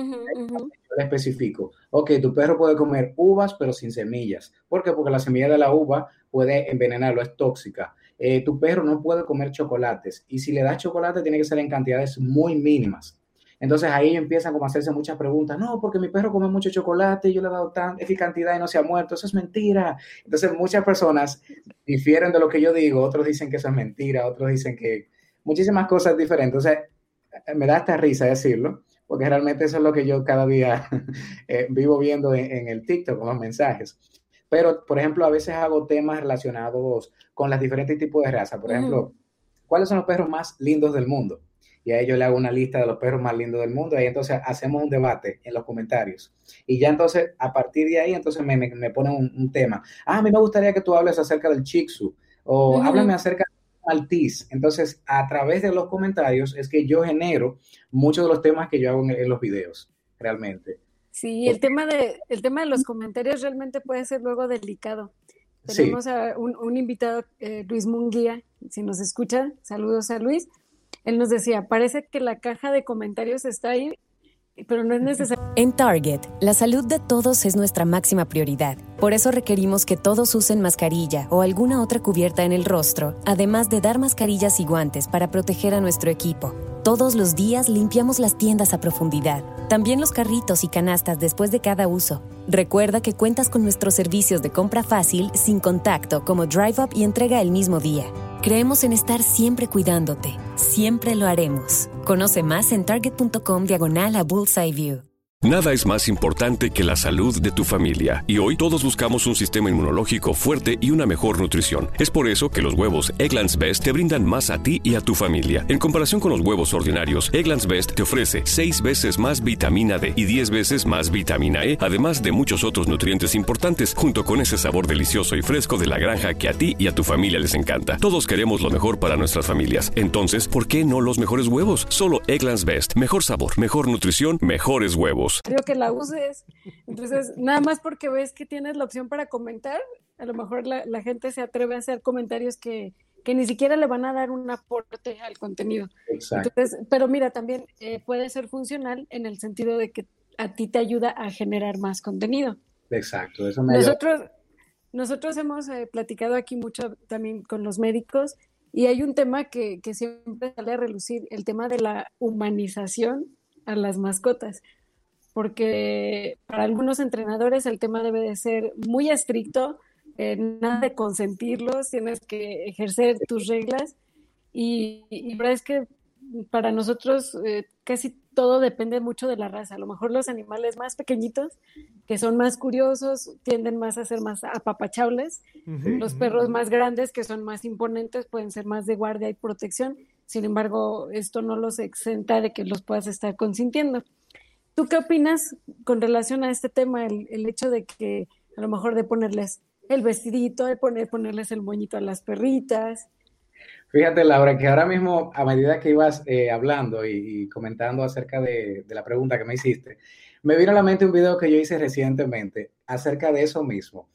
Yo le especifico, ok, tu perro puede comer uvas pero sin semillas. ¿Por qué? Porque la semilla de la uva puede envenenarlo, es tóxica. Tu perro no puede comer chocolates y si le das chocolate tiene que ser en cantidades muy mínimas. Entonces ahí empiezan como a hacerse muchas preguntas. No, porque mi perro come mucho chocolate y yo le he dado esta cantidad y no se ha muerto. Eso es mentira. Entonces muchas personas difieren de lo que yo digo. Otros dicen que eso es mentira. Otros dicen que muchísimas cosas diferentes. O sea, me da hasta risa decirlo, porque realmente eso es lo que yo cada día vivo viendo en el TikTok con los mensajes. Pero, por ejemplo, a veces hago temas relacionados con los diferentes tipos de raza. Por ejemplo, ¿cuáles son los perros más lindos del mundo? Y a ellos le hago una lista de los perros más lindos del mundo. Y ahí entonces hacemos un debate en los comentarios. Y ya entonces, a partir de ahí, entonces me ponen un tema. A mí me gustaría que tú hables acerca del Shih Tzu. O háblame acerca del Maltese. Entonces, a través de los comentarios es que yo genero muchos de los temas que yo hago en los videos, realmente. Sí, el tema de los comentarios realmente puede ser luego delicado. Tenemos a un invitado, Luis Munguía, si nos escucha, saludos a Luis. Él nos decía, parece que la caja de comentarios está ahí, pero no es necesario. En Target, la salud de todos es nuestra máxima prioridad. Por eso requerimos que todos usen mascarilla o alguna otra cubierta en el rostro, además de dar mascarillas y guantes para proteger a nuestro equipo. Todos los días limpiamos las tiendas a profundidad, también los carritos y canastas después de cada uso. Recuerda que cuentas con nuestros servicios de compra fácil, sin contacto, como Drive Up y entrega el mismo día. Creemos en estar siempre cuidándote. Siempre lo haremos. Conoce más en target.com/a-bullseye view. Nada es más importante que la salud de tu familia, y hoy todos buscamos un sistema inmunológico fuerte y una mejor nutrición. Es por eso que los huevos Eggland's Best te brindan más a ti y a tu familia. En comparación con los huevos ordinarios, Eggland's Best te ofrece 6 veces más vitamina D y 10 veces más vitamina E, además de muchos otros nutrientes importantes, junto con ese sabor delicioso y fresco de la granja que a ti y a tu familia les encanta. Todos queremos lo mejor para nuestras familias. Entonces, ¿por qué no los mejores huevos? Solo Eggland's Best. Mejor sabor, mejor nutrición, mejores huevos. Creo que la uses. Entonces, nada más porque ves que tienes la opción para comentar, a lo mejor la gente se atreve a hacer comentarios que ni siquiera le van a dar un aporte al contenido. Exacto. Entonces, pero mira, también puede ser funcional en el sentido de que a ti te ayuda a generar más contenido. Exacto, eso me ayuda. Nosotros hemos platicado aquí mucho también con los médicos y hay un tema que siempre sale a relucir, el tema de la humanización a las mascotas. Porque para algunos entrenadores el tema debe de ser muy estricto, nada de consentirlos, tienes que ejercer tus reglas y la verdad es que para nosotros casi todo depende mucho de la raza. A lo mejor los animales más pequeñitos, que son más curiosos, tienden más a ser más apapachables. Los perros más grandes, que son más imponentes, pueden ser más de guardia y protección. Sin embargo, esto no los exenta de que los puedas estar consintiendo. ¿Tú qué opinas con relación a este tema, el hecho de que a lo mejor de ponerles el vestidito, de ponerles el moñito a las perritas? Fíjate, Laura, que ahora mismo, a medida que ibas hablando y comentando acerca de la pregunta que me hiciste, me vino a la mente un video que yo hice recientemente acerca de eso mismo.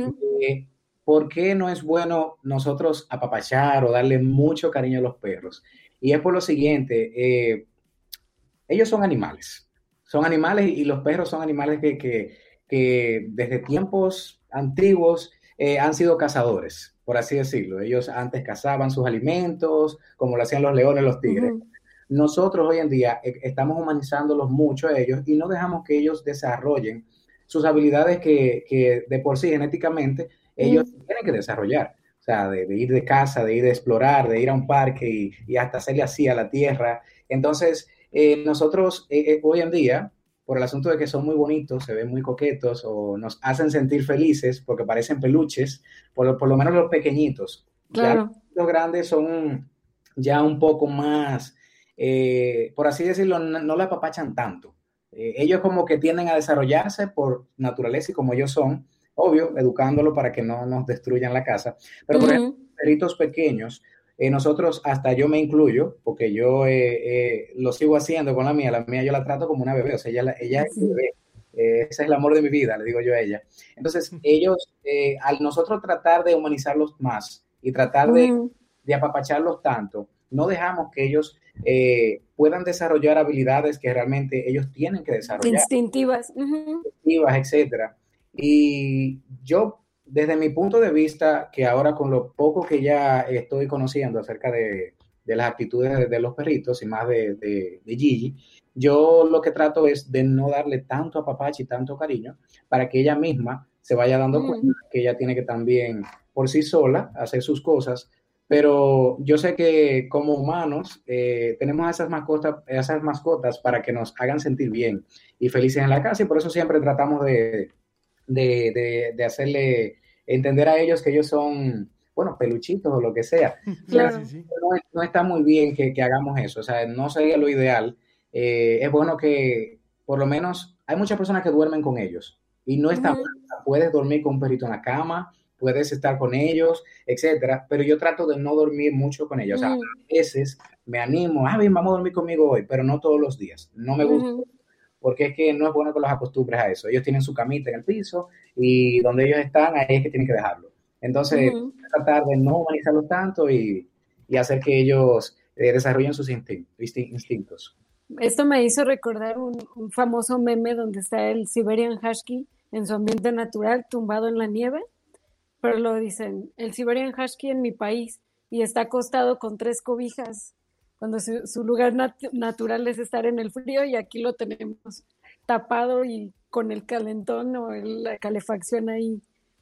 ¿Por qué no es bueno nosotros apapachar o darle mucho cariño a los perros? Y es por lo siguiente, ellos son animales. Son animales y los perros son animales que desde tiempos antiguos han sido cazadores, por así decirlo. Ellos antes cazaban sus alimentos, como lo hacían los leones, los tigres. Nosotros hoy en día estamos humanizándolos mucho a ellos y no dejamos que ellos desarrollen sus habilidades que de por sí genéticamente ellos tienen que desarrollar. O sea, de ir de caza, de ir de explorar, de ir a un parque y hasta hacerle así a la tierra. Entonces, nosotros hoy en día, por el asunto de que son muy bonitos, se ven muy coquetos o nos hacen sentir felices porque parecen peluches, por lo menos los pequeñitos. Claro. Ya los grandes son ya un poco más, por así decirlo, no la apapachan tanto. Ellos como que tienden a desarrollarse por naturaleza y como ellos son, obvio, educándolo para que no nos destruyan la casa. Pero por ejemplo, perritos pequeños, nosotros, hasta yo me incluyo, porque yo lo sigo haciendo con la mía yo la trato como una bebé, o sea, ella es mi bebé. Ese es el amor de mi vida, le digo yo a ella. Entonces, ellos, al nosotros tratar de humanizarlos más y tratar de apapacharlos tanto, no dejamos que ellos puedan desarrollar habilidades que realmente ellos tienen que desarrollar. Instintivas. Instintivas, etcétera. Y yo, desde mi punto de vista, que ahora con lo poco que ya estoy conociendo acerca de las actitudes de los perritos y más de Gigi, yo lo que trato es de no darle tanto apapacho y tanto cariño para que ella misma se vaya dando cuenta que ella tiene que también por sí sola hacer sus cosas. Pero yo sé que como humanos tenemos esas mascotas para que nos hagan sentir bien y felices en la casa, y por eso siempre tratamos de hacerle entender a ellos que ellos son, bueno, peluchitos o lo que sea. Claro. No está muy bien que hagamos eso, o sea, no sería lo ideal. Es bueno que, por lo menos, hay muchas personas que duermen con ellos y no está mal. Puedes dormir con un perrito en la cama, puedes estar con ellos, etcétera, pero yo trato de no dormir mucho con ellos. O sea, a veces me animo, bien, vamos a dormir conmigo hoy, pero no todos los días. No me gusta, porque es que no es bueno que los acostumbres a eso. Ellos tienen su camita en el piso y donde ellos están, ahí es que tienen que dejarlo. Entonces, tratar de no humanizarlos tanto y hacer que ellos desarrollen sus instintos. Esto me hizo recordar un famoso meme donde está el Siberian Husky en su ambiente natural, tumbado en la nieve, pero lo dicen, el Siberian Husky en mi país, y está acostado con 3 cobijas, cuando su lugar natural es estar en el frío, y aquí lo tenemos tapado y con el calentón o la calefacción ahí.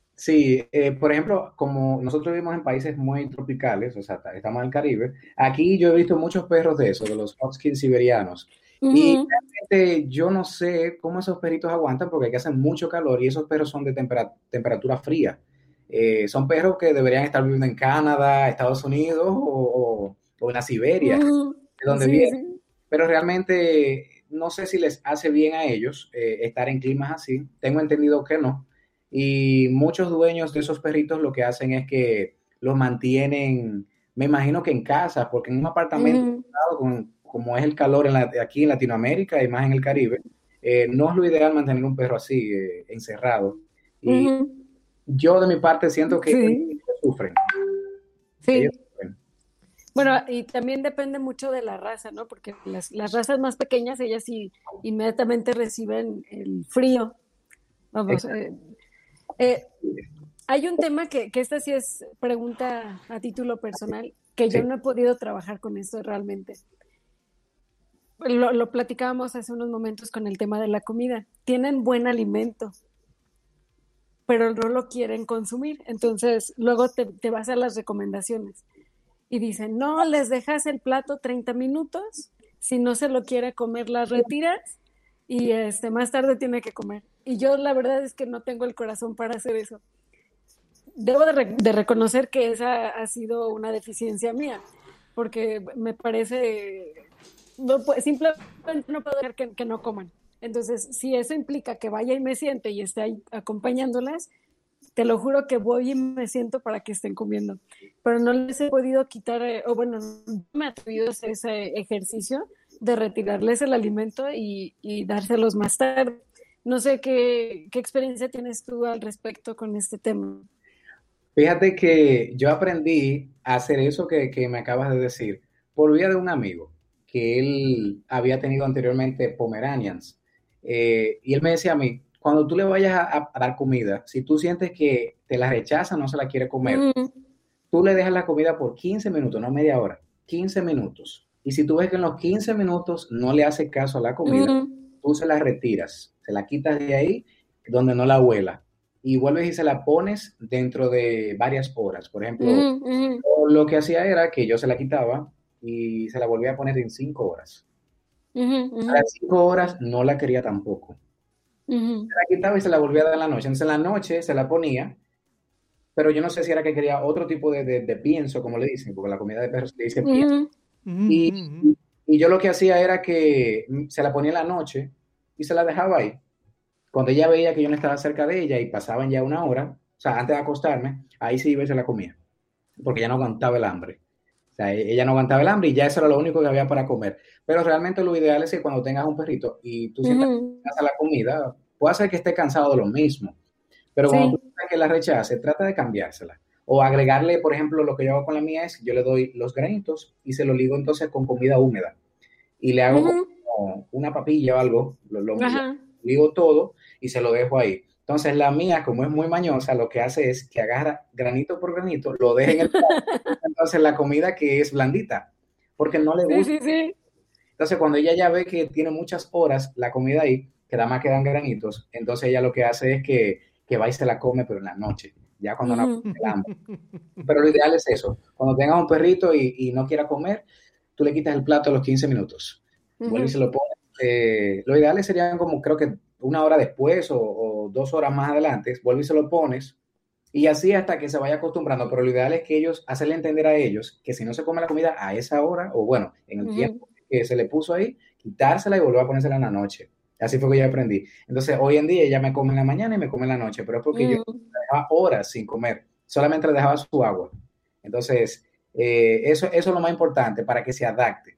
Sí, por ejemplo, como nosotros vivimos en países muy tropicales, o sea, estamos en el Caribe, aquí yo he visto muchos perros de esos, de los Huskies siberianos, y realmente yo no sé cómo esos perritos aguantan porque aquí hace mucho calor y esos perros son de temperatura fría. Son perros que deberían estar viviendo en Canadá, Estados Unidos o en la Siberia, de donde vienen. Sí. Pero realmente no sé si les hace bien a ellos estar en climas así. Tengo entendido que no. Y muchos dueños de esos perritos lo que hacen es que los mantienen, me imagino que en casa, porque en un apartamento, como es el calor aquí en Latinoamérica y más en el Caribe, no es lo ideal mantener un perro así, encerrado. Y yo de mi parte siento que ellos sufren. Sí. Ellos sufren. Bueno, y también depende mucho de la raza, ¿no? Porque las razas más pequeñas, ellas sí inmediatamente reciben el frío. Vamos, hay un tema que esta sí es pregunta a título personal, que yo no he podido trabajar con esto realmente. Lo platicábamos hace unos momentos con el tema de la comida. Tienen buen alimento, pero no lo quieren consumir. Entonces, luego te vas a las recomendaciones y dicen, no, les dejas el plato 30 minutos, si no se lo quiere comer, las retiras y más tarde tiene que comer. Y yo la verdad es que no tengo el corazón para hacer eso. Debo de reconocer que esa ha sido una deficiencia mía, porque me parece, simplemente no puedo dejar que no coman. Entonces, si eso implica que vaya y me siente y esté ahí acompañándolas, te lo juro que voy y me siento para que estén comiendo. Pero no les he podido quitar, no me he atrevido a hacer ese ejercicio de retirarles el alimento y dárselos más tarde. No sé qué experiencia tienes tú al respecto con este tema. Fíjate que yo aprendí a hacer eso que me acabas de decir por vía de un amigo que él había tenido anteriormente Pomeranians. Y él me decía a mí, cuando tú le vayas a dar comida, si tú sientes que te la rechaza, no se la quiere comer, tú le dejas la comida por 15 minutos, no media hora, 15 minutos. Y si tú ves que en los 15 minutos no le hace caso a la comida, tú se la retiras, se la quitas de ahí donde no la huela y vuelves y se la pones dentro de varias horas. Por ejemplo, lo que hacía era que yo se la quitaba y se la volvía a poner en 5 horas. A las 5 horas no la quería tampoco. Se la quitaba y se la volvía a dar en la noche. Entonces en la noche se la ponía, pero yo no sé si era que quería otro tipo de pienso, como le dicen, porque la comida de perros le dice pienso. Y yo lo que hacía era que se la ponía en la noche y y se la dejaba ahí. Cuando ella veía que yo no estaba cerca de ella y pasaban ya una hora, o sea, antes de acostarme, ahí sí iba y se la comía, porque ya no aguantaba el hambre. O sea, ella no aguantaba el hambre y ya eso era lo único que había para comer. Pero realmente lo ideal es que cuando tengas un perrito y tú sientas que hace la comida, puede ser que esté cansado de lo mismo. Pero cuando tú sientas que la rechace, trata de cambiársela. O agregarle, por ejemplo, lo que yo hago con la mía es, yo le doy los granitos y se lo ligo entonces con comida húmeda. Y le hago como una papilla o algo, lo ligo todo y se lo dejo ahí. Entonces la mía, como es muy mañosa, lo que hace es que agarra granito por granito, lo deja en el plato. Entonces la comida que es blandita, porque no le gusta. Entonces cuando ella ya ve que tiene muchas horas la comida ahí, que nada más quedan granitos, entonces ella lo que hace es que va y se la come, pero en la noche, ya cuando no el hambre. Pero lo ideal es eso. Cuando tengas un perrito y no quiera comer, tú le quitas el plato a los 15 minutos. Vuelve y se lo pones. Lo ideal serían como, creo que una hora después o 2 horas más adelante, vuelve y se lo pones. Y así hasta que se vaya acostumbrando. Pero lo ideal es que ellos, hacerle entender a ellos que si no se come la comida a esa hora, o bueno, en el tiempo que se le puso ahí, quitársela y volver a ponérsela en la noche. Así fue que yo aprendí. Entonces, hoy en día ella me come en la mañana y me come en la noche, pero es porque yo la dejaba horas sin comer. Solamente le dejaba su agua. Entonces, eso es lo más importante para que se adapte.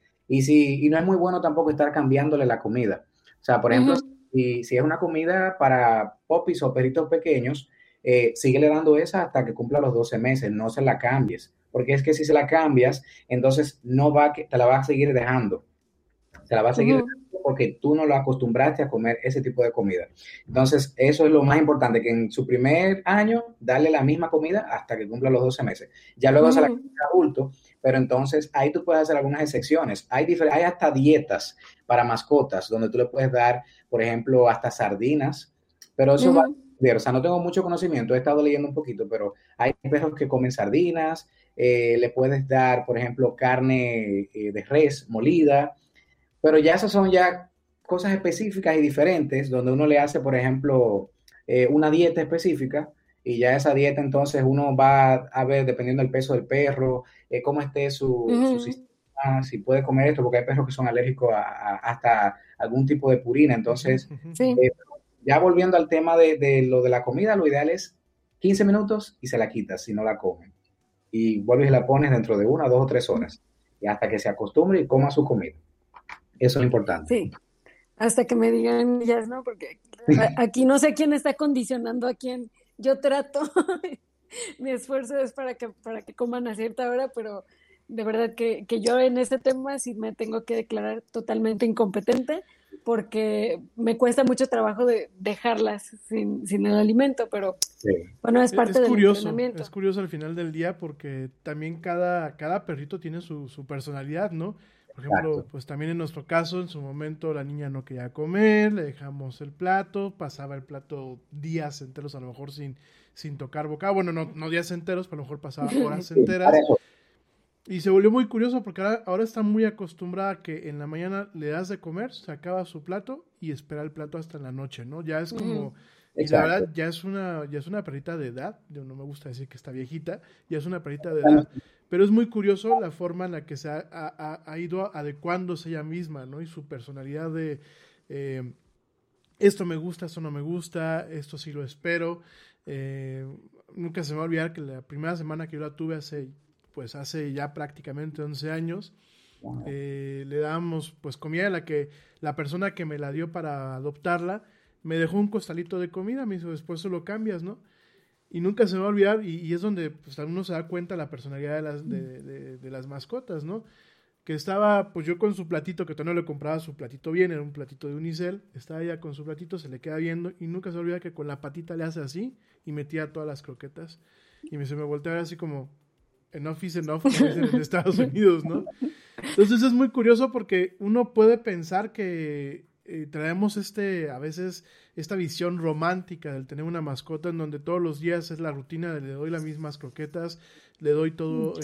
Y no es muy bueno tampoco estar cambiándole la comida. O sea, por ejemplo, si es una comida para popis o perritos pequeños, síguele dando esa hasta que cumpla los 12 meses. No se la cambies. Porque es que si se la cambias, entonces te la va a seguir dejando. Te la va a seguir dejando porque tú no lo acostumbraste a comer ese tipo de comida. Entonces, eso es lo más importante, que en su primer año, darle la misma comida hasta que cumpla los 12 meses. Ya luego se la come adulto, pero entonces ahí tú puedes hacer algunas excepciones. Hay hasta dietas para mascotas, donde tú le puedes dar, por ejemplo, hasta sardinas, pero eso va a depender. O sea, no tengo mucho conocimiento, he estado leyendo un poquito, pero hay perros que comen sardinas, le puedes dar, por ejemplo, carne de res molida, pero ya esas son ya cosas específicas y diferentes, donde uno le hace, por ejemplo, una dieta específica, y ya esa dieta entonces uno va a ver, dependiendo del peso del perro, cómo esté su sistema, si puede comer esto, porque hay perros que son alérgicos hasta algún tipo de purina. Entonces, ya volviendo al tema de lo de la comida, lo ideal es 15 minutos y se la quitas si no la comen. Y vuelves y la pones dentro de 1, 2 o 3 horas, y hasta que se acostumbre y coma su comida. Eso es importante. Sí, hasta que me digan ellas, ¿no? Porque aquí no sé quién está condicionando a quién. Yo trato, mi esfuerzo es para que coman a cierta hora, pero de verdad que yo en ese tema sí me tengo que declarar totalmente incompetente, porque me cuesta mucho trabajo de dejarlas sin el alimento, pero bueno, es parte del entrenamiento. Es curioso al final del día, porque también cada perrito tiene su personalidad, ¿no? Por ejemplo, pues también en nuestro caso, en su momento la niña no quería comer, le dejamos el plato, pasaba el plato días enteros, a lo mejor sin tocar boca. Bueno, no días enteros, pero a lo mejor pasaba horas enteras. Y se volvió muy curioso porque ahora está muy acostumbrada a que en la mañana le das de comer, se acaba su plato y espera el plato hasta en la noche, ¿no? Ya es como... Y la verdad, ya es una perrita de edad. Yo no me gusta decir que está viejita, ya es una perrita de edad, pero es muy curioso la forma en la que se ha ido adecuándose ella misma, ¿no? Y su personalidad de esto me gusta, esto no me gusta, esto sí lo espero. Nunca se me va a olvidar que la primera semana que yo la tuve hace ya prácticamente 11 años, le dábamos pues comida, la persona que me la dio para adoptarla me dejó un costalito de comida, me dijo, después se lo cambias, ¿no? Y nunca se me va a olvidar, y es donde pues uno se da cuenta la personalidad de las mascotas, ¿no? Que estaba, pues yo con su platito, que todavía no le compraba su platito bien, era un platito de unicel, estaba ella con su platito, se le queda viendo, y nunca se olvida que con la patita le hace así, y metía todas las croquetas, y se me voltea a ver así como, enough is enough, como dicen en Estados Unidos, ¿no? Entonces es muy curioso porque uno puede pensar que traemos a veces esta visión romántica del tener una mascota en donde todos los días es la rutina de le doy las mismas croquetas, le doy todo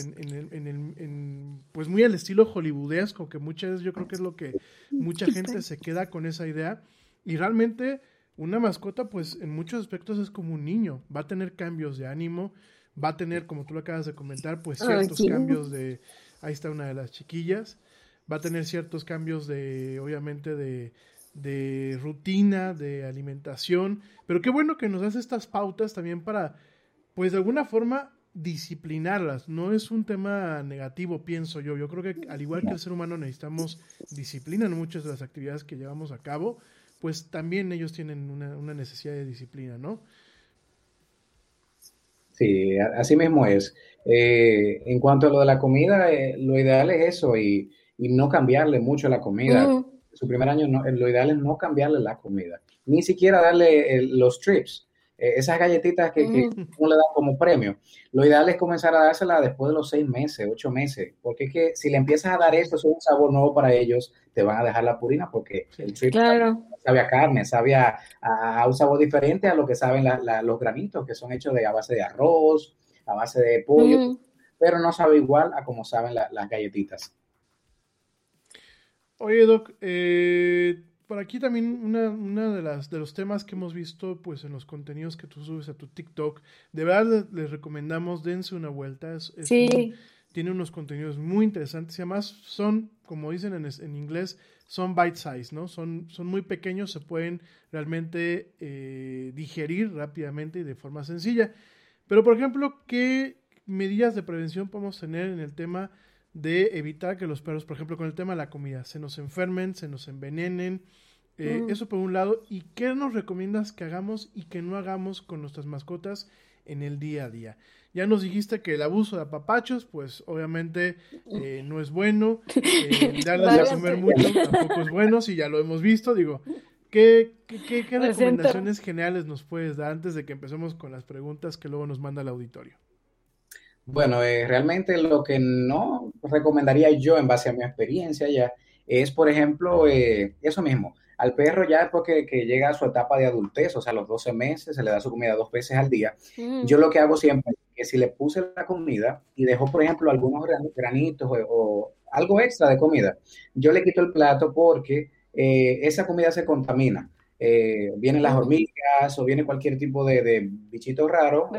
pues muy al estilo hollywoodesco, que muchas veces yo creo que es lo que mucha gente se queda con esa idea, y realmente una mascota pues en muchos aspectos es como un niño, va a tener cambios de ánimo, va a tener, como tú lo acabas de comentar, pues ciertos cambios ahí está una de las chiquillas, va a tener ciertos cambios obviamente de de rutina, de alimentación, pero qué bueno que nos das estas pautas también para, pues de alguna forma, disciplinarlas. No es un tema negativo, pienso yo. Yo creo que al igual que el ser humano necesitamos disciplina en muchas de las actividades que llevamos a cabo, pues también ellos tienen una necesidad de disciplina, ¿no? Sí, así mismo es. En cuanto a lo de la comida, lo ideal es eso y no cambiarle mucho la comida. Su primer año, lo ideal es no cambiarle la comida, ni siquiera darle los trips, esas galletitas que uno le da como premio. Lo ideal es comenzar a dársela después de los 6 meses, 8 meses, porque es que si le empiezas a dar esto, es un sabor nuevo para ellos, te van a dejar la purina, porque el trip sabe a carne, sabe a un sabor diferente a lo que saben los granitos, que son hechos a base de arroz, a base de pollo, pero no sabe igual a como saben las galletitas. Oye, Doc, por aquí también una de los temas que hemos visto pues en los contenidos que tú subes a tu TikTok, de verdad les recomendamos, dense una vuelta, tiene unos contenidos muy interesantes y además son, como dicen en inglés, son bite size, ¿no? Son muy pequeños, se pueden realmente digerir rápidamente y de forma sencilla. Pero, por ejemplo, ¿qué medidas de prevención podemos tener en el tema de evitar que los perros, por ejemplo, con el tema de la comida, se nos enfermen, se nos envenenen? Eso por un lado. ¿Y qué nos recomiendas que hagamos y que no hagamos con nuestras mascotas en el día a día? Ya nos dijiste que el abuso de apapachos, pues obviamente no es bueno. Darles a comer mucho tampoco es bueno, si ya lo hemos visto. Digo, ¿qué recomendaciones generales nos puedes dar antes de que empecemos con las preguntas que luego nos manda el auditorio? Bueno, realmente lo que no recomendaría yo en base a mi experiencia ya es, por ejemplo, eso mismo. Al perro ya después que llega a su etapa de adultez, o sea, a los 12 meses, se le da su comida 2 veces al día. Yo lo que hago siempre es que si le puse la comida y dejó, por ejemplo, algunos granitos o algo extra de comida, yo le quito el plato porque esa comida se contamina. Vienen las hormigas o viene cualquier tipo de bichito raro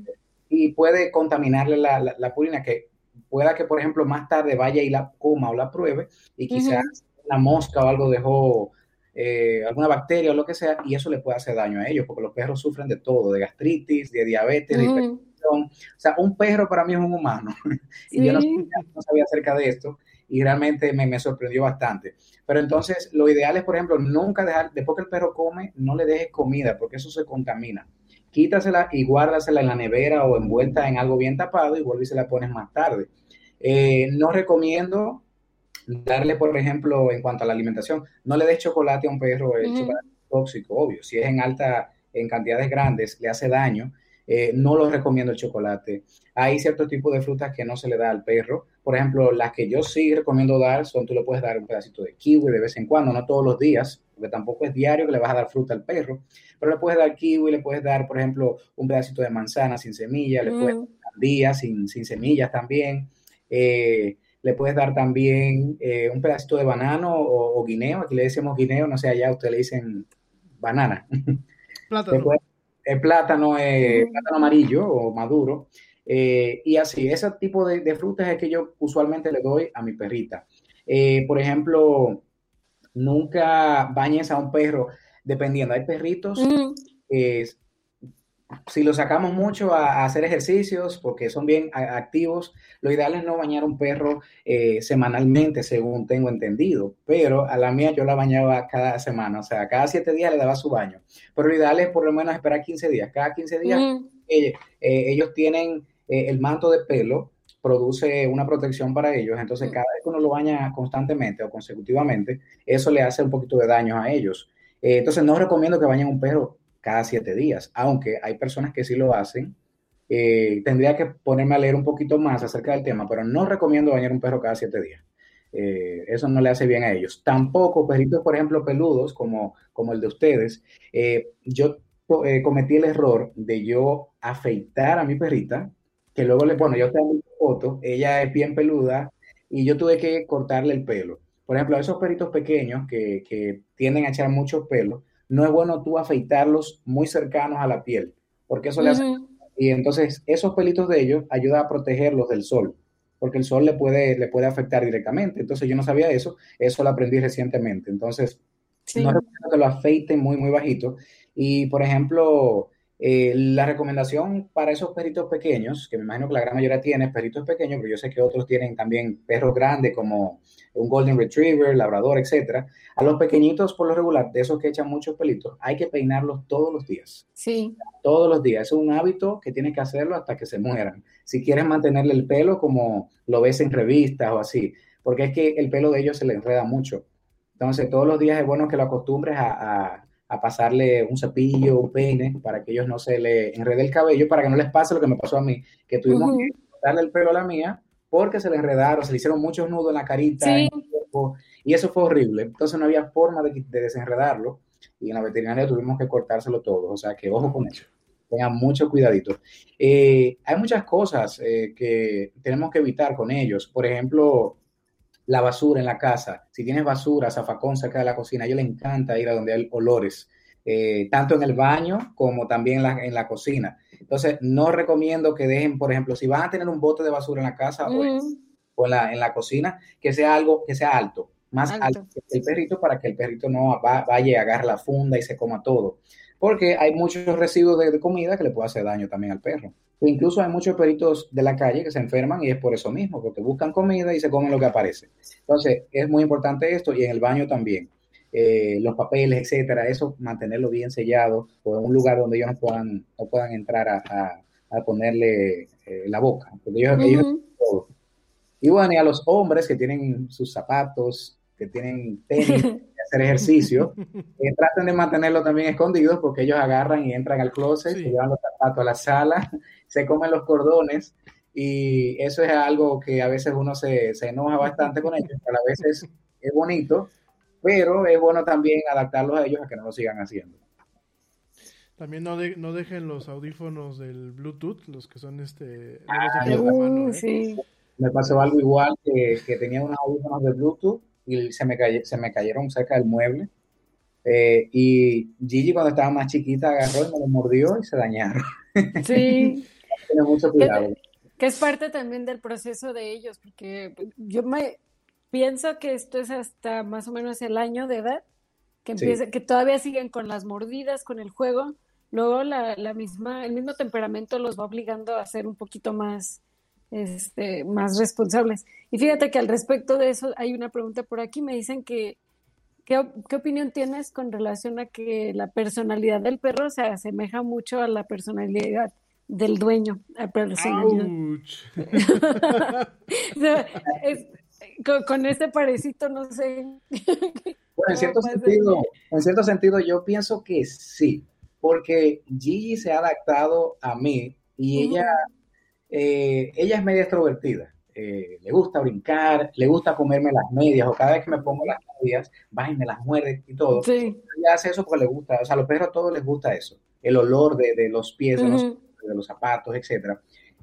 y puede contaminarle la purina, que pueda que, por ejemplo, más tarde vaya y la coma o la pruebe y quizás una mosca o algo dejó alguna bacteria o lo que sea, y eso le puede hacer daño a ellos, porque los perros sufren de todo, de gastritis, de diabetes, de hipertensión. O sea, un perro para mí es un humano. Y yo no sabía acerca de esto, y realmente me sorprendió bastante. Pero entonces, lo ideal es, por ejemplo, nunca dejar, después que el perro come, no le dejes comida, porque eso se contamina. Quítasela y guárdasela en la nevera o envuelta en algo bien tapado y vuelve y se la pones más tarde. No recomiendo darle, por ejemplo, en cuanto a la alimentación, no le des chocolate a un perro, el chocolate es tóxico, obvio. Si es en cantidades grandes, le hace daño. No lo recomiendo el chocolate. Hay ciertos tipos de frutas que no se le da al perro. Por ejemplo, las que yo sí recomiendo dar tú le puedes dar un pedacito de kiwi de vez en cuando, no todos los días, porque tampoco es diario que le vas a dar fruta al perro, pero le puedes dar kiwi, le puedes dar, por ejemplo, un pedacito de manzana sin semilla, le puedes dar sandía sin semillas también. Le puedes dar también un pedacito de banano o guineo. Aquí le decimos guineo, no sé, allá ustedes le dicen banana. Plátano. Plátano amarillo o maduro. Y así, ese tipo de frutas es que yo usualmente le doy a mi perrita. Por ejemplo, nunca bañes a un perro, dependiendo. Hay perritos si lo sacamos mucho a hacer ejercicios porque son bien activos, lo ideal es no bañar a un perro semanalmente, según tengo entendido, pero a la mía yo la bañaba cada semana, o sea, cada 7 días le daba su baño, pero lo ideal es por lo menos esperar 15 días. Cada 15 días ellos tienen el manto de pelo, produce una protección para ellos, entonces cada vez que uno lo baña constantemente o consecutivamente, eso le hace un poquito de daño a ellos. Entonces no recomiendo que bañen un perro cada 7 días, aunque hay personas que sí lo hacen. Tendría que ponerme a leer un poquito más acerca del tema, pero no recomiendo bañar un perro cada 7 días. Eso no le hace bien a ellos. Tampoco perritos, por ejemplo, peludos, como el de ustedes. Yo cometí el error de yo afeitar a mi perrita, que luego yo tengo una foto, ella es bien peluda, y yo tuve que cortarle el pelo. Por ejemplo, a esos perritos pequeños que tienden a echar mucho pelo, no es bueno tú afeitarlos muy cercanos a la piel, porque eso le hace... Y entonces esos pelitos de ellos ayudan a protegerlos del sol, porque el sol le puede afectar directamente. Entonces yo no sabía eso lo aprendí recientemente. Entonces Sí. No recomiendo que lo afeiten muy, muy bajito. Y, por ejemplo, la recomendación para esos perritos pequeños, que me imagino que la gran mayoría tiene perritos pequeños, pero yo sé que otros tienen también perros grandes como un Golden Retriever, Labrador, etcétera. A los pequeñitos, por lo regular, de esos que echan muchos pelitos, hay que peinarlos todos los días. Sí. Todos los días. Es un hábito que tienes que hacerlo hasta que se mueran. Si quieres mantenerle el pelo como lo ves en revistas o así, porque es que el pelo de ellos se le enreda mucho. Entonces, todos los días es bueno que lo acostumbres a pasarle un cepillo, un peine, para que ellos no se le enrede el cabello, para que no les pase lo que me pasó a mí, que tuvimos que darle el pelo a la mía, porque se le enredaron, se le hicieron muchos nudos en la carita, Sí. en el cuerpo, y eso fue horrible. Entonces, no había forma de desenredarlo, y en la veterinaria tuvimos que cortárselo todo. O sea, que ojo con eso. Tengan mucho cuidadito. Hay muchas cosas que tenemos que evitar con ellos. Por ejemplo, la basura en la casa. Si tienes basura, zafacón cerca de la cocina, a ellos les encanta ir a donde hay olores, tanto en el baño como también en la cocina. Entonces, no recomiendo que dejen, por ejemplo, si van a tener un bote de basura en la casa o en la cocina, que sea algo que sea alto, más alto que el perrito, para que el perrito no vaya y agarre la funda y se coma todo. Porque hay muchos residuos de comida que le puede hacer daño también al perro. E incluso hay muchos perritos de la calle que se enferman y es por eso mismo, porque buscan comida y se comen lo que aparece. Entonces, es muy importante esto, y en el baño también. Los papeles, etcétera, eso, mantenerlo bien sellado, o en un lugar donde ellos no puedan entrar a ponerle la boca, porque ellos todo. Y bueno, y a los hombres que tienen sus zapatos, que tienen tenis, de hacer ejercicio, traten de mantenerlo también escondidos, porque ellos agarran y entran al closet, se llevan los zapatos a la sala, se comen los cordones, y eso es algo que a veces uno se enoja bastante con ellos, pero a veces es bonito, pero es bueno también adaptarlos a ellos a que no lo sigan haciendo. También no dejen los audífonos del Bluetooth, los que son sí. Me pasó algo igual, que tenía unos audífonos de Bluetooth y se me cayeron cerca del mueble. Y Gigi, cuando estaba más chiquita, agarró y me lo mordió y se dañaron. Sí. Tiene mucho cuidado. Que es parte también del proceso de ellos, porque yo pienso que esto es hasta más o menos el año de edad, que todavía siguen con las mordidas, con el juego. Luego el mismo temperamento los va obligando a ser un poquito más responsables. Y fíjate que al respecto de eso hay una pregunta por aquí. Me dicen ¿qué opinión tienes con relación a que la personalidad del perro se asemeja mucho a la personalidad del dueño? Con este parecito, no sé. Bueno, en cierto sentido yo pienso que sí, porque Gigi se ha adaptado a mí y ella es media extrovertida. Le gusta brincar, le gusta comerme las medias, o cada vez que me pongo las medias, va y me las muerde y todo. Sí. Ella hace eso porque le gusta, o sea, a los perros a todos les gusta eso, el olor de los pies, de los zapatos, etcétera.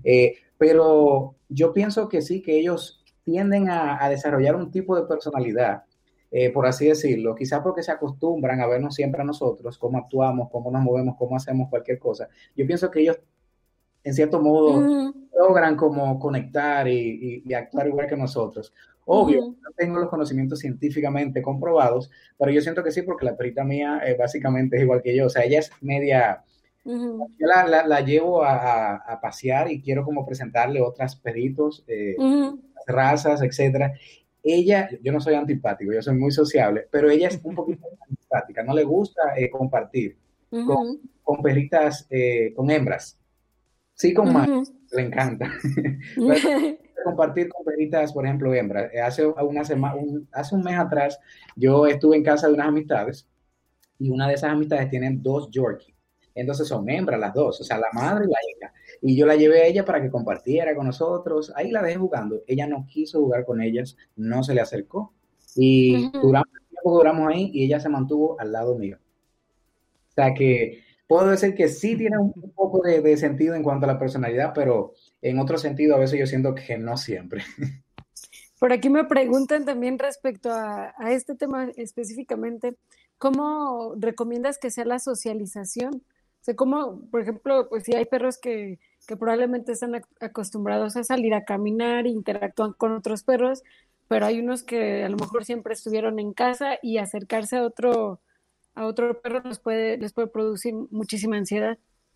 Pero yo pienso que sí, que ellos tienden a desarrollar un tipo de personalidad, por así decirlo, quizás porque se acostumbran a vernos siempre a nosotros, cómo actuamos, cómo nos movemos, cómo hacemos cualquier cosa. Yo pienso que ellos, en cierto modo, logran como conectar y actuar igual que nosotros. Obvio, no tengo los conocimientos científicamente comprobados, pero yo siento que sí, porque la perrita mía básicamente es igual que yo. O sea, ella es media... Yo la llevo a pasear y quiero como presentarle otras perritos, razas, etcétera. Ella, yo no soy antipático, yo soy muy sociable, pero ella es un poquito antipática, no le gusta compartir con perritas, con hembras. Sí, con machos, le encanta. Compartir con perritas, por ejemplo, hembras. Hace un mes atrás, yo estuve en casa de unas amistades y una de esas amistades tienen 2 Yorkie. Entonces son hembras las dos, o sea, la madre y la hija. Y yo la llevé a ella para que compartiera con nosotros. Ahí la dejé jugando. Ella no quiso jugar con ellas, no se le acercó. Y duramos ahí y ella se mantuvo al lado mío. O sea que puedo decir que sí tiene un poco de sentido en cuanto a la personalidad, pero en otro sentido a veces yo siento que no siempre. Por aquí me preguntan también respecto a este tema específicamente, ¿cómo recomiendas que sea la socialización? O sea, como, por ejemplo, pues si hay perros que probablemente están acostumbrados a salir a caminar, interactúan con otros perros, pero hay unos que a lo mejor siempre estuvieron en casa y acercarse a otro perro les puede producir muchísima ansiedad.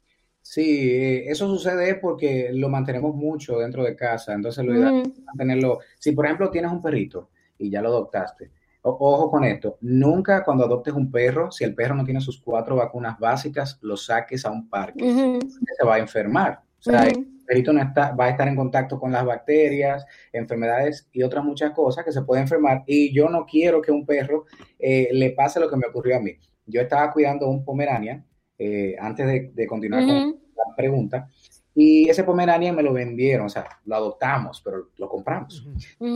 Sí, eso sucede porque lo mantenemos mucho dentro de casa, entonces lo ideal es mantenerlo. Si por ejemplo tienes un perrito y ya lo adoptaste, ojo con esto, nunca cuando adoptes un perro, si el perro no tiene sus 4 vacunas básicas, lo saques a un parque, se va a enfermar. O sea, el perrito va a estar en contacto con las bacterias, enfermedades y otras muchas cosas que se pueden enfermar, y yo no quiero que a un perro le pase lo que me ocurrió a mí. Yo estaba cuidando un Pomeranian, antes de continuar con la pregunta, y ese Pomeranian me lo vendieron, o sea, lo adoptamos, pero lo compramos.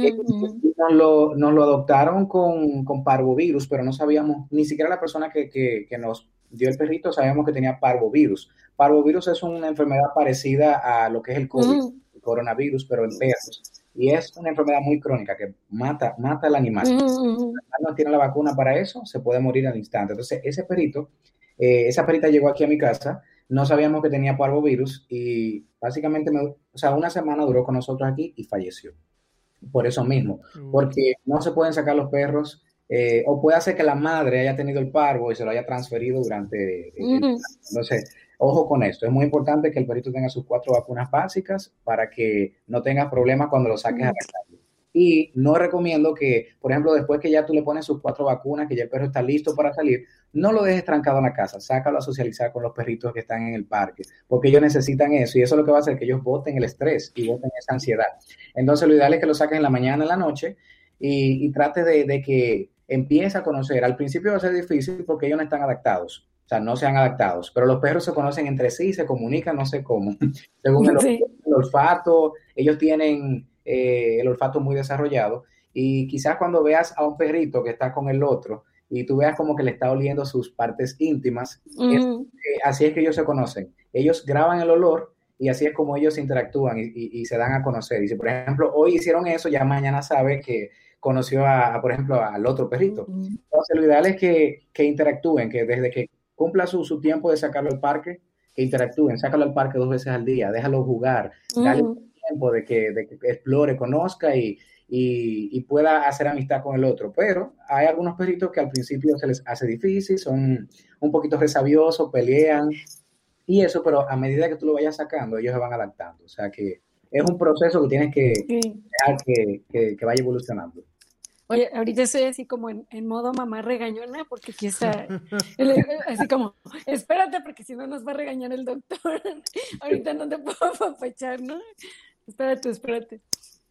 Nos lo adoptaron con parvovirus, pero no sabíamos, ni siquiera la persona que nos dio el perrito, sabíamos que tenía parvovirus. Parvovirus es una enfermedad parecida a lo que es el COVID, el coronavirus, pero en perros. Y es una enfermedad muy crónica que mata al animal. Si no tiene la vacuna para eso, se puede morir al instante. Entonces, ese perrito, esa perrita llegó aquí a mi casa, no sabíamos que tenía parvovirus y básicamente, una semana duró con nosotros aquí y falleció. Por eso mismo, porque no se pueden sacar los perros, o puede hacer que la madre haya tenido el parvo y se lo haya transferido durante entonces, ojo con esto, es muy importante que el perrito tenga sus 4 vacunas básicas para que no tengas problemas cuando lo saques a la calle. Y no recomiendo que, por ejemplo, después que ya tú le pones sus 4 vacunas, que ya el perro está listo para salir, no lo dejes trancado en la casa, sácalo a socializar con los perritos que están en el parque, porque ellos necesitan eso, y eso es lo que va a hacer que ellos boten el estrés y boten esa ansiedad. Entonces, lo ideal es que lo saques en la mañana, en la noche, y trate de que empiece a conocer. Al principio va a ser difícil porque ellos no están adaptados, o sea, no se han adaptado, pero los perros se conocen entre sí, se comunican, no sé cómo, según el olfato, ellos tienen el olfato muy desarrollado, y quizás cuando veas a un perrito que está con el otro y tú veas como que le está oliendo sus partes íntimas, así es que ellos se conocen. Ellos graban el olor y así es como ellos interactúan y se dan a conocer. Y si, por ejemplo, hoy hicieron eso, ya mañana sabe que conoció por ejemplo, al otro perrito. Entonces, lo ideal es que interactúen, que desde que cumpla su tiempo de sacarlo al parque, que interactúen, sácalo al parque 2 veces al día, déjalo jugar, dale tiempo de que explore, conozca y pueda hacer amistad con el otro. Pero hay algunos perritos que al principio se les hace difícil, son un poquito resabiosos, pelean y eso, pero a medida que tú lo vayas sacando, ellos se van adaptando. O sea que es un proceso que tienes que dejar que vaya evolucionando. Oye, ahorita estoy así como en modo mamá regañona, porque aquí está, así como, espérate, porque si no nos va a regañar el doctor. Ahorita no te puedo apapachar, ¿no? Espérate.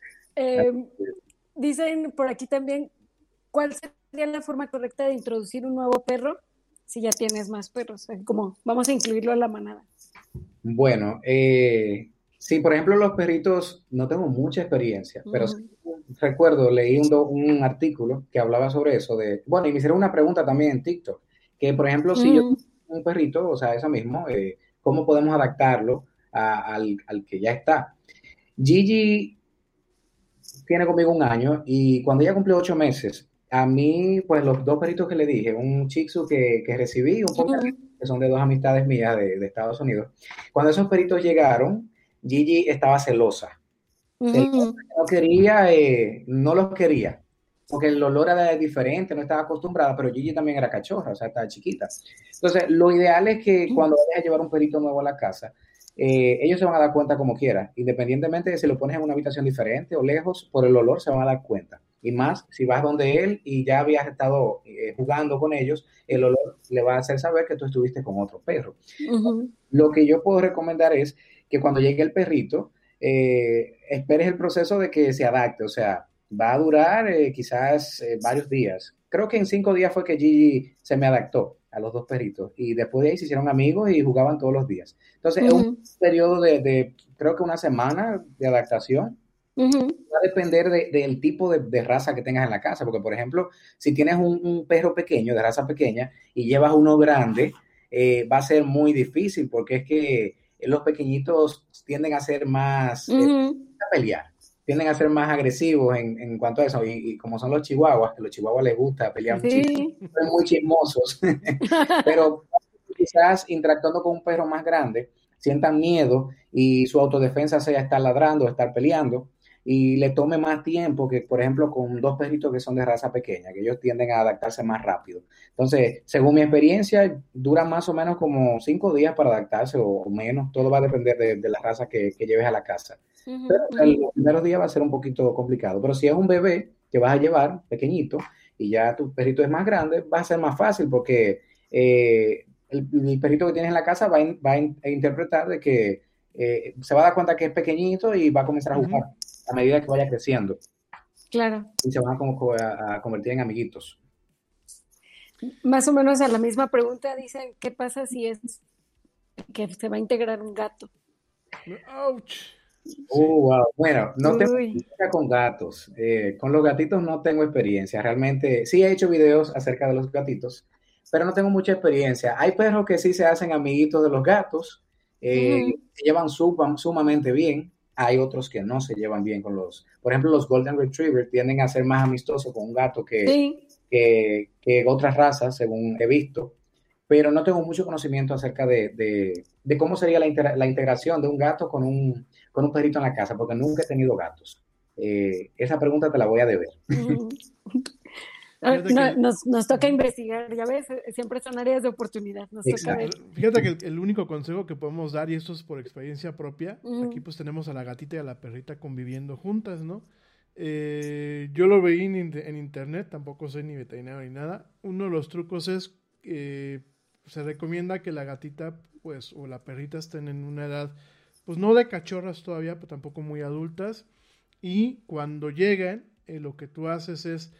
Dicen por aquí también, ¿cuál sería la forma correcta de introducir un nuevo perro si ya tienes más perros? Como vamos a incluirlo a la manada. Bueno, sí, por ejemplo, los perritos, no tengo mucha experiencia, pero sí, recuerdo, leí un artículo que hablaba sobre eso, y me hicieron una pregunta también en TikTok, que por ejemplo, si yo tengo un perrito, o sea, eso mismo, ¿cómo podemos adaptarlo al que ya está? Gigi tiene conmigo 1 año y cuando ella cumplió 8 meses, a mí, pues los 2 perritos que le dije, un Shih Tzu que recibí, un poco que son de 2 amistades mías de Estados Unidos, cuando esos perritos llegaron, Gigi estaba celosa. No quería, no los quería, porque el olor era diferente, no estaba acostumbrada, pero Gigi también era cachorra, o sea, estaba chiquita. Entonces, lo ideal es que cuando vayas a llevar un perrito nuevo a la casa, ellos se van a dar cuenta como quiera, independientemente de si lo pones en una habitación diferente o lejos, por el olor se van a dar cuenta. Y más, si vas donde él y ya habías estado jugando con ellos, el olor le va a hacer saber que tú estuviste con otro perro. Lo que yo puedo recomendar es que cuando llegue el perrito, esperes el proceso de que se adapte, o sea, va a durar quizás varios días. Creo que en 5 días fue que Gigi se me adaptó a los 2 perritos y después de ahí se hicieron amigos y jugaban todos los días. Entonces es un periodo de creo que 1 semana de adaptación. Va a depender del tipo de raza que tengas en la casa, porque por ejemplo, si tienes un perro pequeño, de raza pequeña, y llevas uno grande, va a ser muy difícil, porque es que los pequeñitos tienden a ser más, a pelear, tienden a ser más agresivos en cuanto a eso, y como son los chihuahuas, que a los chihuahuas les gusta pelear muchísimo, son muy chismosos, pero quizás interactuando con un perro más grande, sientan miedo y su autodefensa sea estar ladrando, estar peleando. y le tome más tiempo que, por ejemplo, con dos perritos que son de raza pequeña, que ellos tienden a adaptarse más rápido. Entonces, según mi experiencia, dura más o menos como 5 días para adaptarse o menos. Todo va a depender de la raza que lleves a la casa. Pero los primeros días va a ser un poquito complicado. Pero si es un bebé que vas a llevar pequeñito y ya tu perrito es más grande, va a ser más fácil porque el perrito que tienes en la casa va a interpretar de que se va a dar cuenta que es pequeñito y va a comenzar a jugar a medida que vaya creciendo. Claro. Y se van a convertir en amiguitos. Más o menos a la misma pregunta dicen, ¿qué pasa si es que se va a integrar un gato? ¡Auch! Wow. Bueno, no tengo experiencia con gatos. Con los gatitos no tengo experiencia. Realmente sí he hecho videos acerca de los gatitos, pero no tengo mucha experiencia. Hay perros que sí se hacen amiguitos de los gatos, se llevan sumamente bien. Hay otros que no se llevan bien con por ejemplo, los Golden Retriever tienden a ser más amistosos con un gato que otras razas, según he visto, pero no tengo mucho conocimiento acerca de cómo sería la integración de un gato con un perrito en la casa, porque nunca he tenido gatos. Esa pregunta te la voy a deber. Nos toca investigar, ya ves, siempre son áreas de oportunidad. Toca ver. Fíjate que el único consejo que podemos dar, y esto es por experiencia propia, aquí pues tenemos a la gatita y a la perrita conviviendo juntas, ¿no? Yo lo veí en internet, tampoco soy ni veterinario ni nada. Uno de los trucos es se recomienda que la gatita pues o la perrita estén en una edad pues no de cachorras todavía, pero tampoco muy adultas, y cuando lleguen lo que tú haces es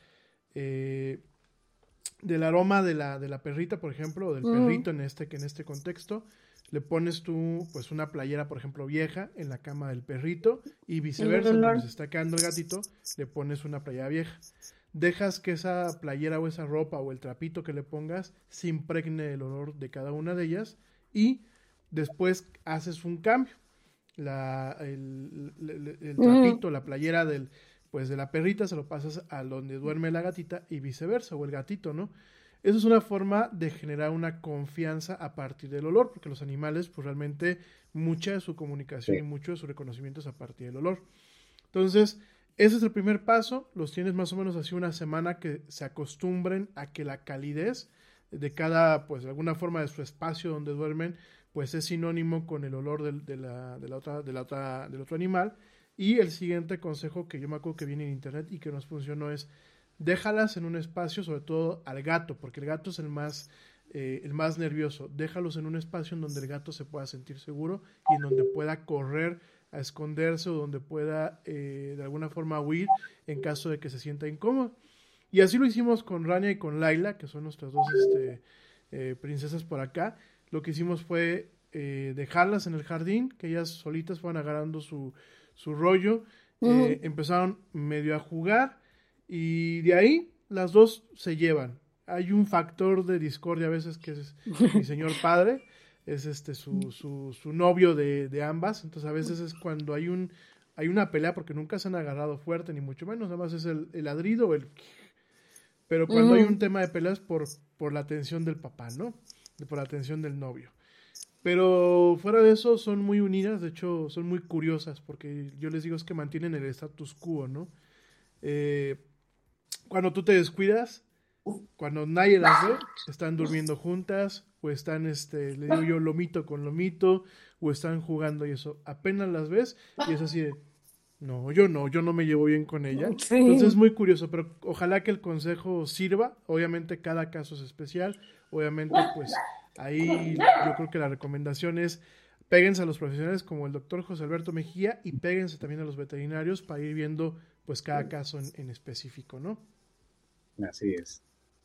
del aroma de la perrita, por ejemplo, o del perrito en este contexto, le pones tú pues una playera, por ejemplo, vieja en la cama del perrito, y viceversa, cuando se está quedando el gatito, le pones una playera vieja. Dejas que esa playera o esa ropa o el trapito que le pongas se impregne el olor de cada una de ellas, y después haces un cambio. El trapito, la playera de la perrita se lo pasas a donde duerme la gatita y viceversa, o el gatito, ¿no? Eso es una forma de generar una confianza a partir del olor, porque los animales, pues realmente mucha de su comunicación y mucho de su reconocimiento es a partir del olor. Entonces, ese es el primer paso. Los tienes más o menos así una semana que se acostumbren a que la calidez de cada, pues de alguna forma de su espacio donde duermen, pues es sinónimo con el olor del otro animal. Y el siguiente consejo que yo me acuerdo que viene en internet y que nos funcionó es: déjalas en un espacio, sobre todo al gato, porque el gato es el más nervioso. Déjalos en un espacio en donde el gato se pueda sentir seguro y en donde pueda correr a esconderse, o donde pueda de alguna forma huir en caso de que se sienta incómodo. Y así lo hicimos con Rania y con Laila, que son nuestras dos princesas por acá. Lo que hicimos fue dejarlas en el jardín, que ellas solitas fueran agarrando su rollo. Empezaron medio a jugar, y de ahí las dos se hay un factor de discordia a veces, que es mi señor padre, es su novio de ambas. Entonces a veces es cuando hay una pelea, porque nunca se han agarrado fuerte ni mucho menos, nada más es el ladrido pero cuando hay un tema de peleas por la atención del papá, ¿no? Por la atención del novio. Pero fuera de eso son muy unidas, de hecho son muy curiosas, porque yo les digo es que mantienen el status quo, ¿no? Cuando tú te descuidas, cuando nadie las ve, están durmiendo juntas, o están, le digo yo, lomito con lomito, o están jugando, y eso, apenas las ves, y es así de, no, yo no me llevo bien con ella. Sí. Entonces es muy curioso, pero ojalá que el consejo sirva. Obviamente cada caso es especial, obviamente pues ahí yo creo que la recomendación es: péguense a los profesionales como el doctor José Alberto Mejía, y péguense también a los veterinarios para ir viendo pues cada caso en específico, ¿no? Así es.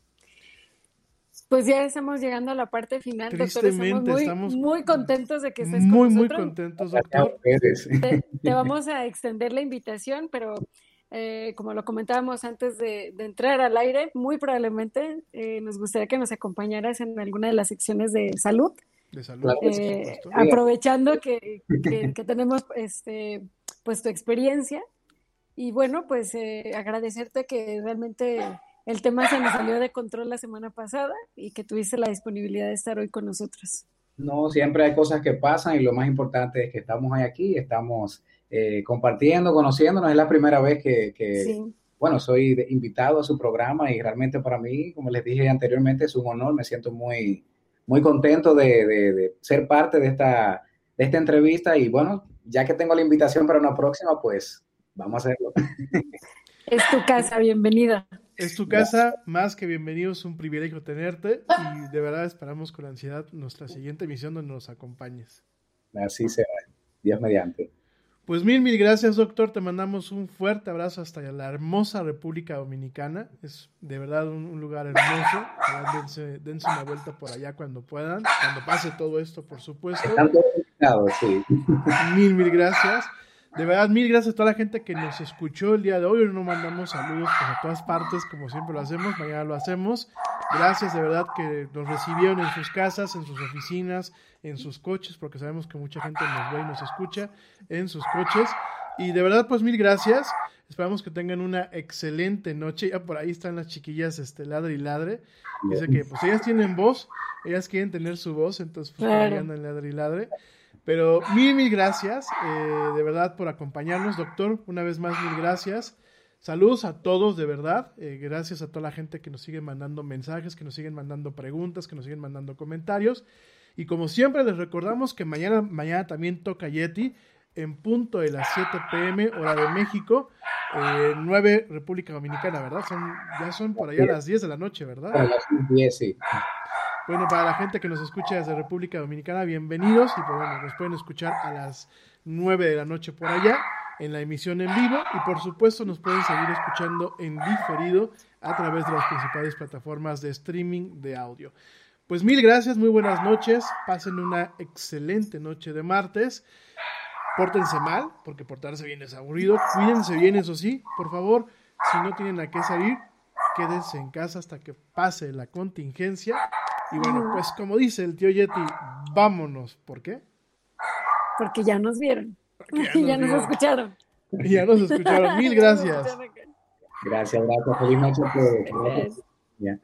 Pues ya estamos llegando a la parte final, doctor. Estamos muy contentos de que estés con nosotros. Muy contentos, doctor. Te vamos a extender la invitación, pero como lo comentábamos antes de entrar al aire, muy probablemente nos gustaría que nos acompañaras en alguna de las secciones de salud. Aprovechando que tenemos pues tu experiencia. Y bueno, pues agradecerte que realmente el tema se nos salió de control la semana pasada y que tuviste la disponibilidad de estar hoy con nosotros. No, siempre hay cosas que pasan y lo más importante es que estamos hoy aquí, estamos compartiendo, conociéndonos. Es la primera vez que bueno, soy invitado a su programa y realmente para mí, como les dije anteriormente, es un honor. Me siento muy, muy contento de ser parte de esta entrevista y bueno, ya que tengo la invitación para una próxima, pues vamos a hacerlo. Es tu casa, bienvenida. Es tu casa, más que bienvenido, es un privilegio tenerte y de verdad esperamos con ansiedad nuestra siguiente emisión donde nos acompañes. Así será, Dios mediante. Pues mil gracias, doctor, te mandamos un fuerte abrazo hasta la hermosa República Dominicana, es de verdad un lugar hermoso, dense una vuelta por allá cuando puedan, cuando pase todo esto, por supuesto. Están todos invitados, sí. Mil gracias. De verdad, mil gracias a toda la gente que nos escuchó el día de hoy. Hoy nos mandamos saludos pues, a todas partes, como siempre lo hacemos, mañana lo hacemos. Gracias de verdad que nos recibieron en sus casas, en sus oficinas, en sus coches, porque sabemos que mucha gente nos ve y nos escucha en sus coches. Y de verdad, pues mil gracias. Esperamos que tengan una excelente noche. Ya por ahí están las chiquillas ladre y ladre. Dice que pues ellas tienen voz, ellas quieren tener su voz, entonces pues por ahí andan ladre y ladre. Pero mil gracias, de verdad, por acompañarnos, doctor. Una vez más, mil gracias. Saludos a todos, de verdad. Gracias a toda la gente que nos sigue mandando mensajes, que nos siguen mandando preguntas, que nos siguen mandando comentarios. Y como siempre, les recordamos que mañana también toca Yeti, en punto de las 7 p.m., hora de México, 9 República Dominicana, ¿verdad? Ya son por allá las 10 de la noche, ¿verdad? A las 10, sí. Bueno, para la gente que nos escucha desde República Dominicana, bienvenidos y pues, bueno, nos pueden escuchar a las 9 de la noche por allá en la emisión en vivo y por supuesto nos pueden seguir escuchando en diferido a través de las principales plataformas de streaming de audio. Pues mil gracias, muy buenas noches, pasen una excelente noche de martes, pórtense mal, porque portarse bien es aburrido, cuídense bien, eso sí, por favor, si no tienen a qué salir, quédense en casa hasta que pase la contingencia. Y bueno, pues como dice el tío Yeti, vámonos. ¿Por qué? Porque ya nos vieron. Ya nos escucharon. Ya nos escucharon. Mil gracias. Gracias. Feliz noche. Ya.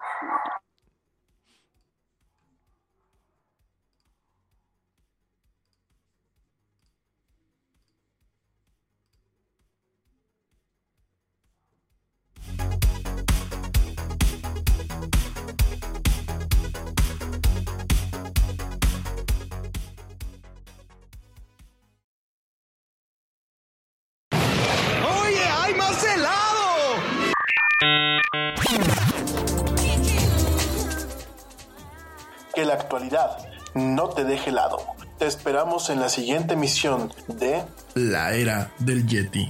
Que la actualidad no te deje helado. Te esperamos en la siguiente emisión de La Era del Yeti.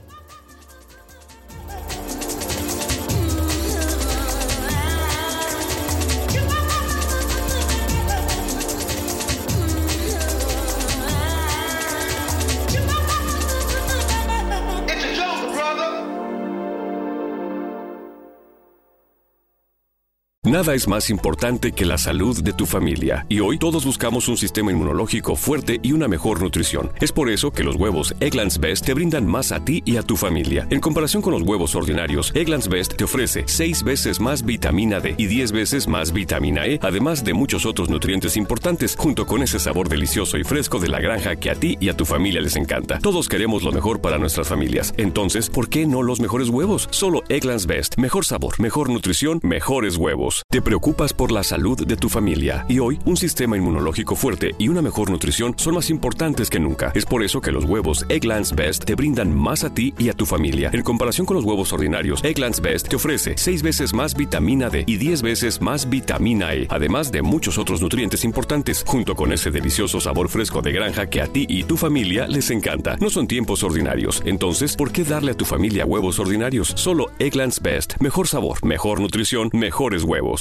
Nada es más importante que la salud de tu familia, y hoy todos buscamos un sistema inmunológico fuerte y una mejor nutrición. Es por eso que los huevos Eggland's Best te brindan más a ti y a tu familia. En comparación con los huevos ordinarios, Eggland's Best te ofrece 6 veces más vitamina D y 10 veces más vitamina E, además de muchos otros nutrientes importantes, junto con ese sabor delicioso y fresco de la granja que a ti y a tu familia les encanta. Todos queremos lo mejor para nuestras familias. Entonces, ¿por qué no los mejores huevos? Solo Eggland's Best. Mejor sabor, mejor nutrición, mejores huevos. Te preocupas por la salud de tu familia y hoy un sistema inmunológico fuerte y una mejor nutrición son más importantes que nunca. Es por eso que los huevos Eggland's Best te brindan más a ti y a tu familia. En comparación con los huevos ordinarios, Eggland's Best te ofrece 6 veces más vitamina D y 10 veces más vitamina E, además de muchos otros nutrientes importantes, junto con ese delicioso sabor fresco de granja que a ti y tu familia les encanta. No son tiempos ordinarios, entonces, ¿por qué darle a tu familia huevos ordinarios? Solo Eggland's Best. Mejor sabor, mejor nutrición, mejores huevos.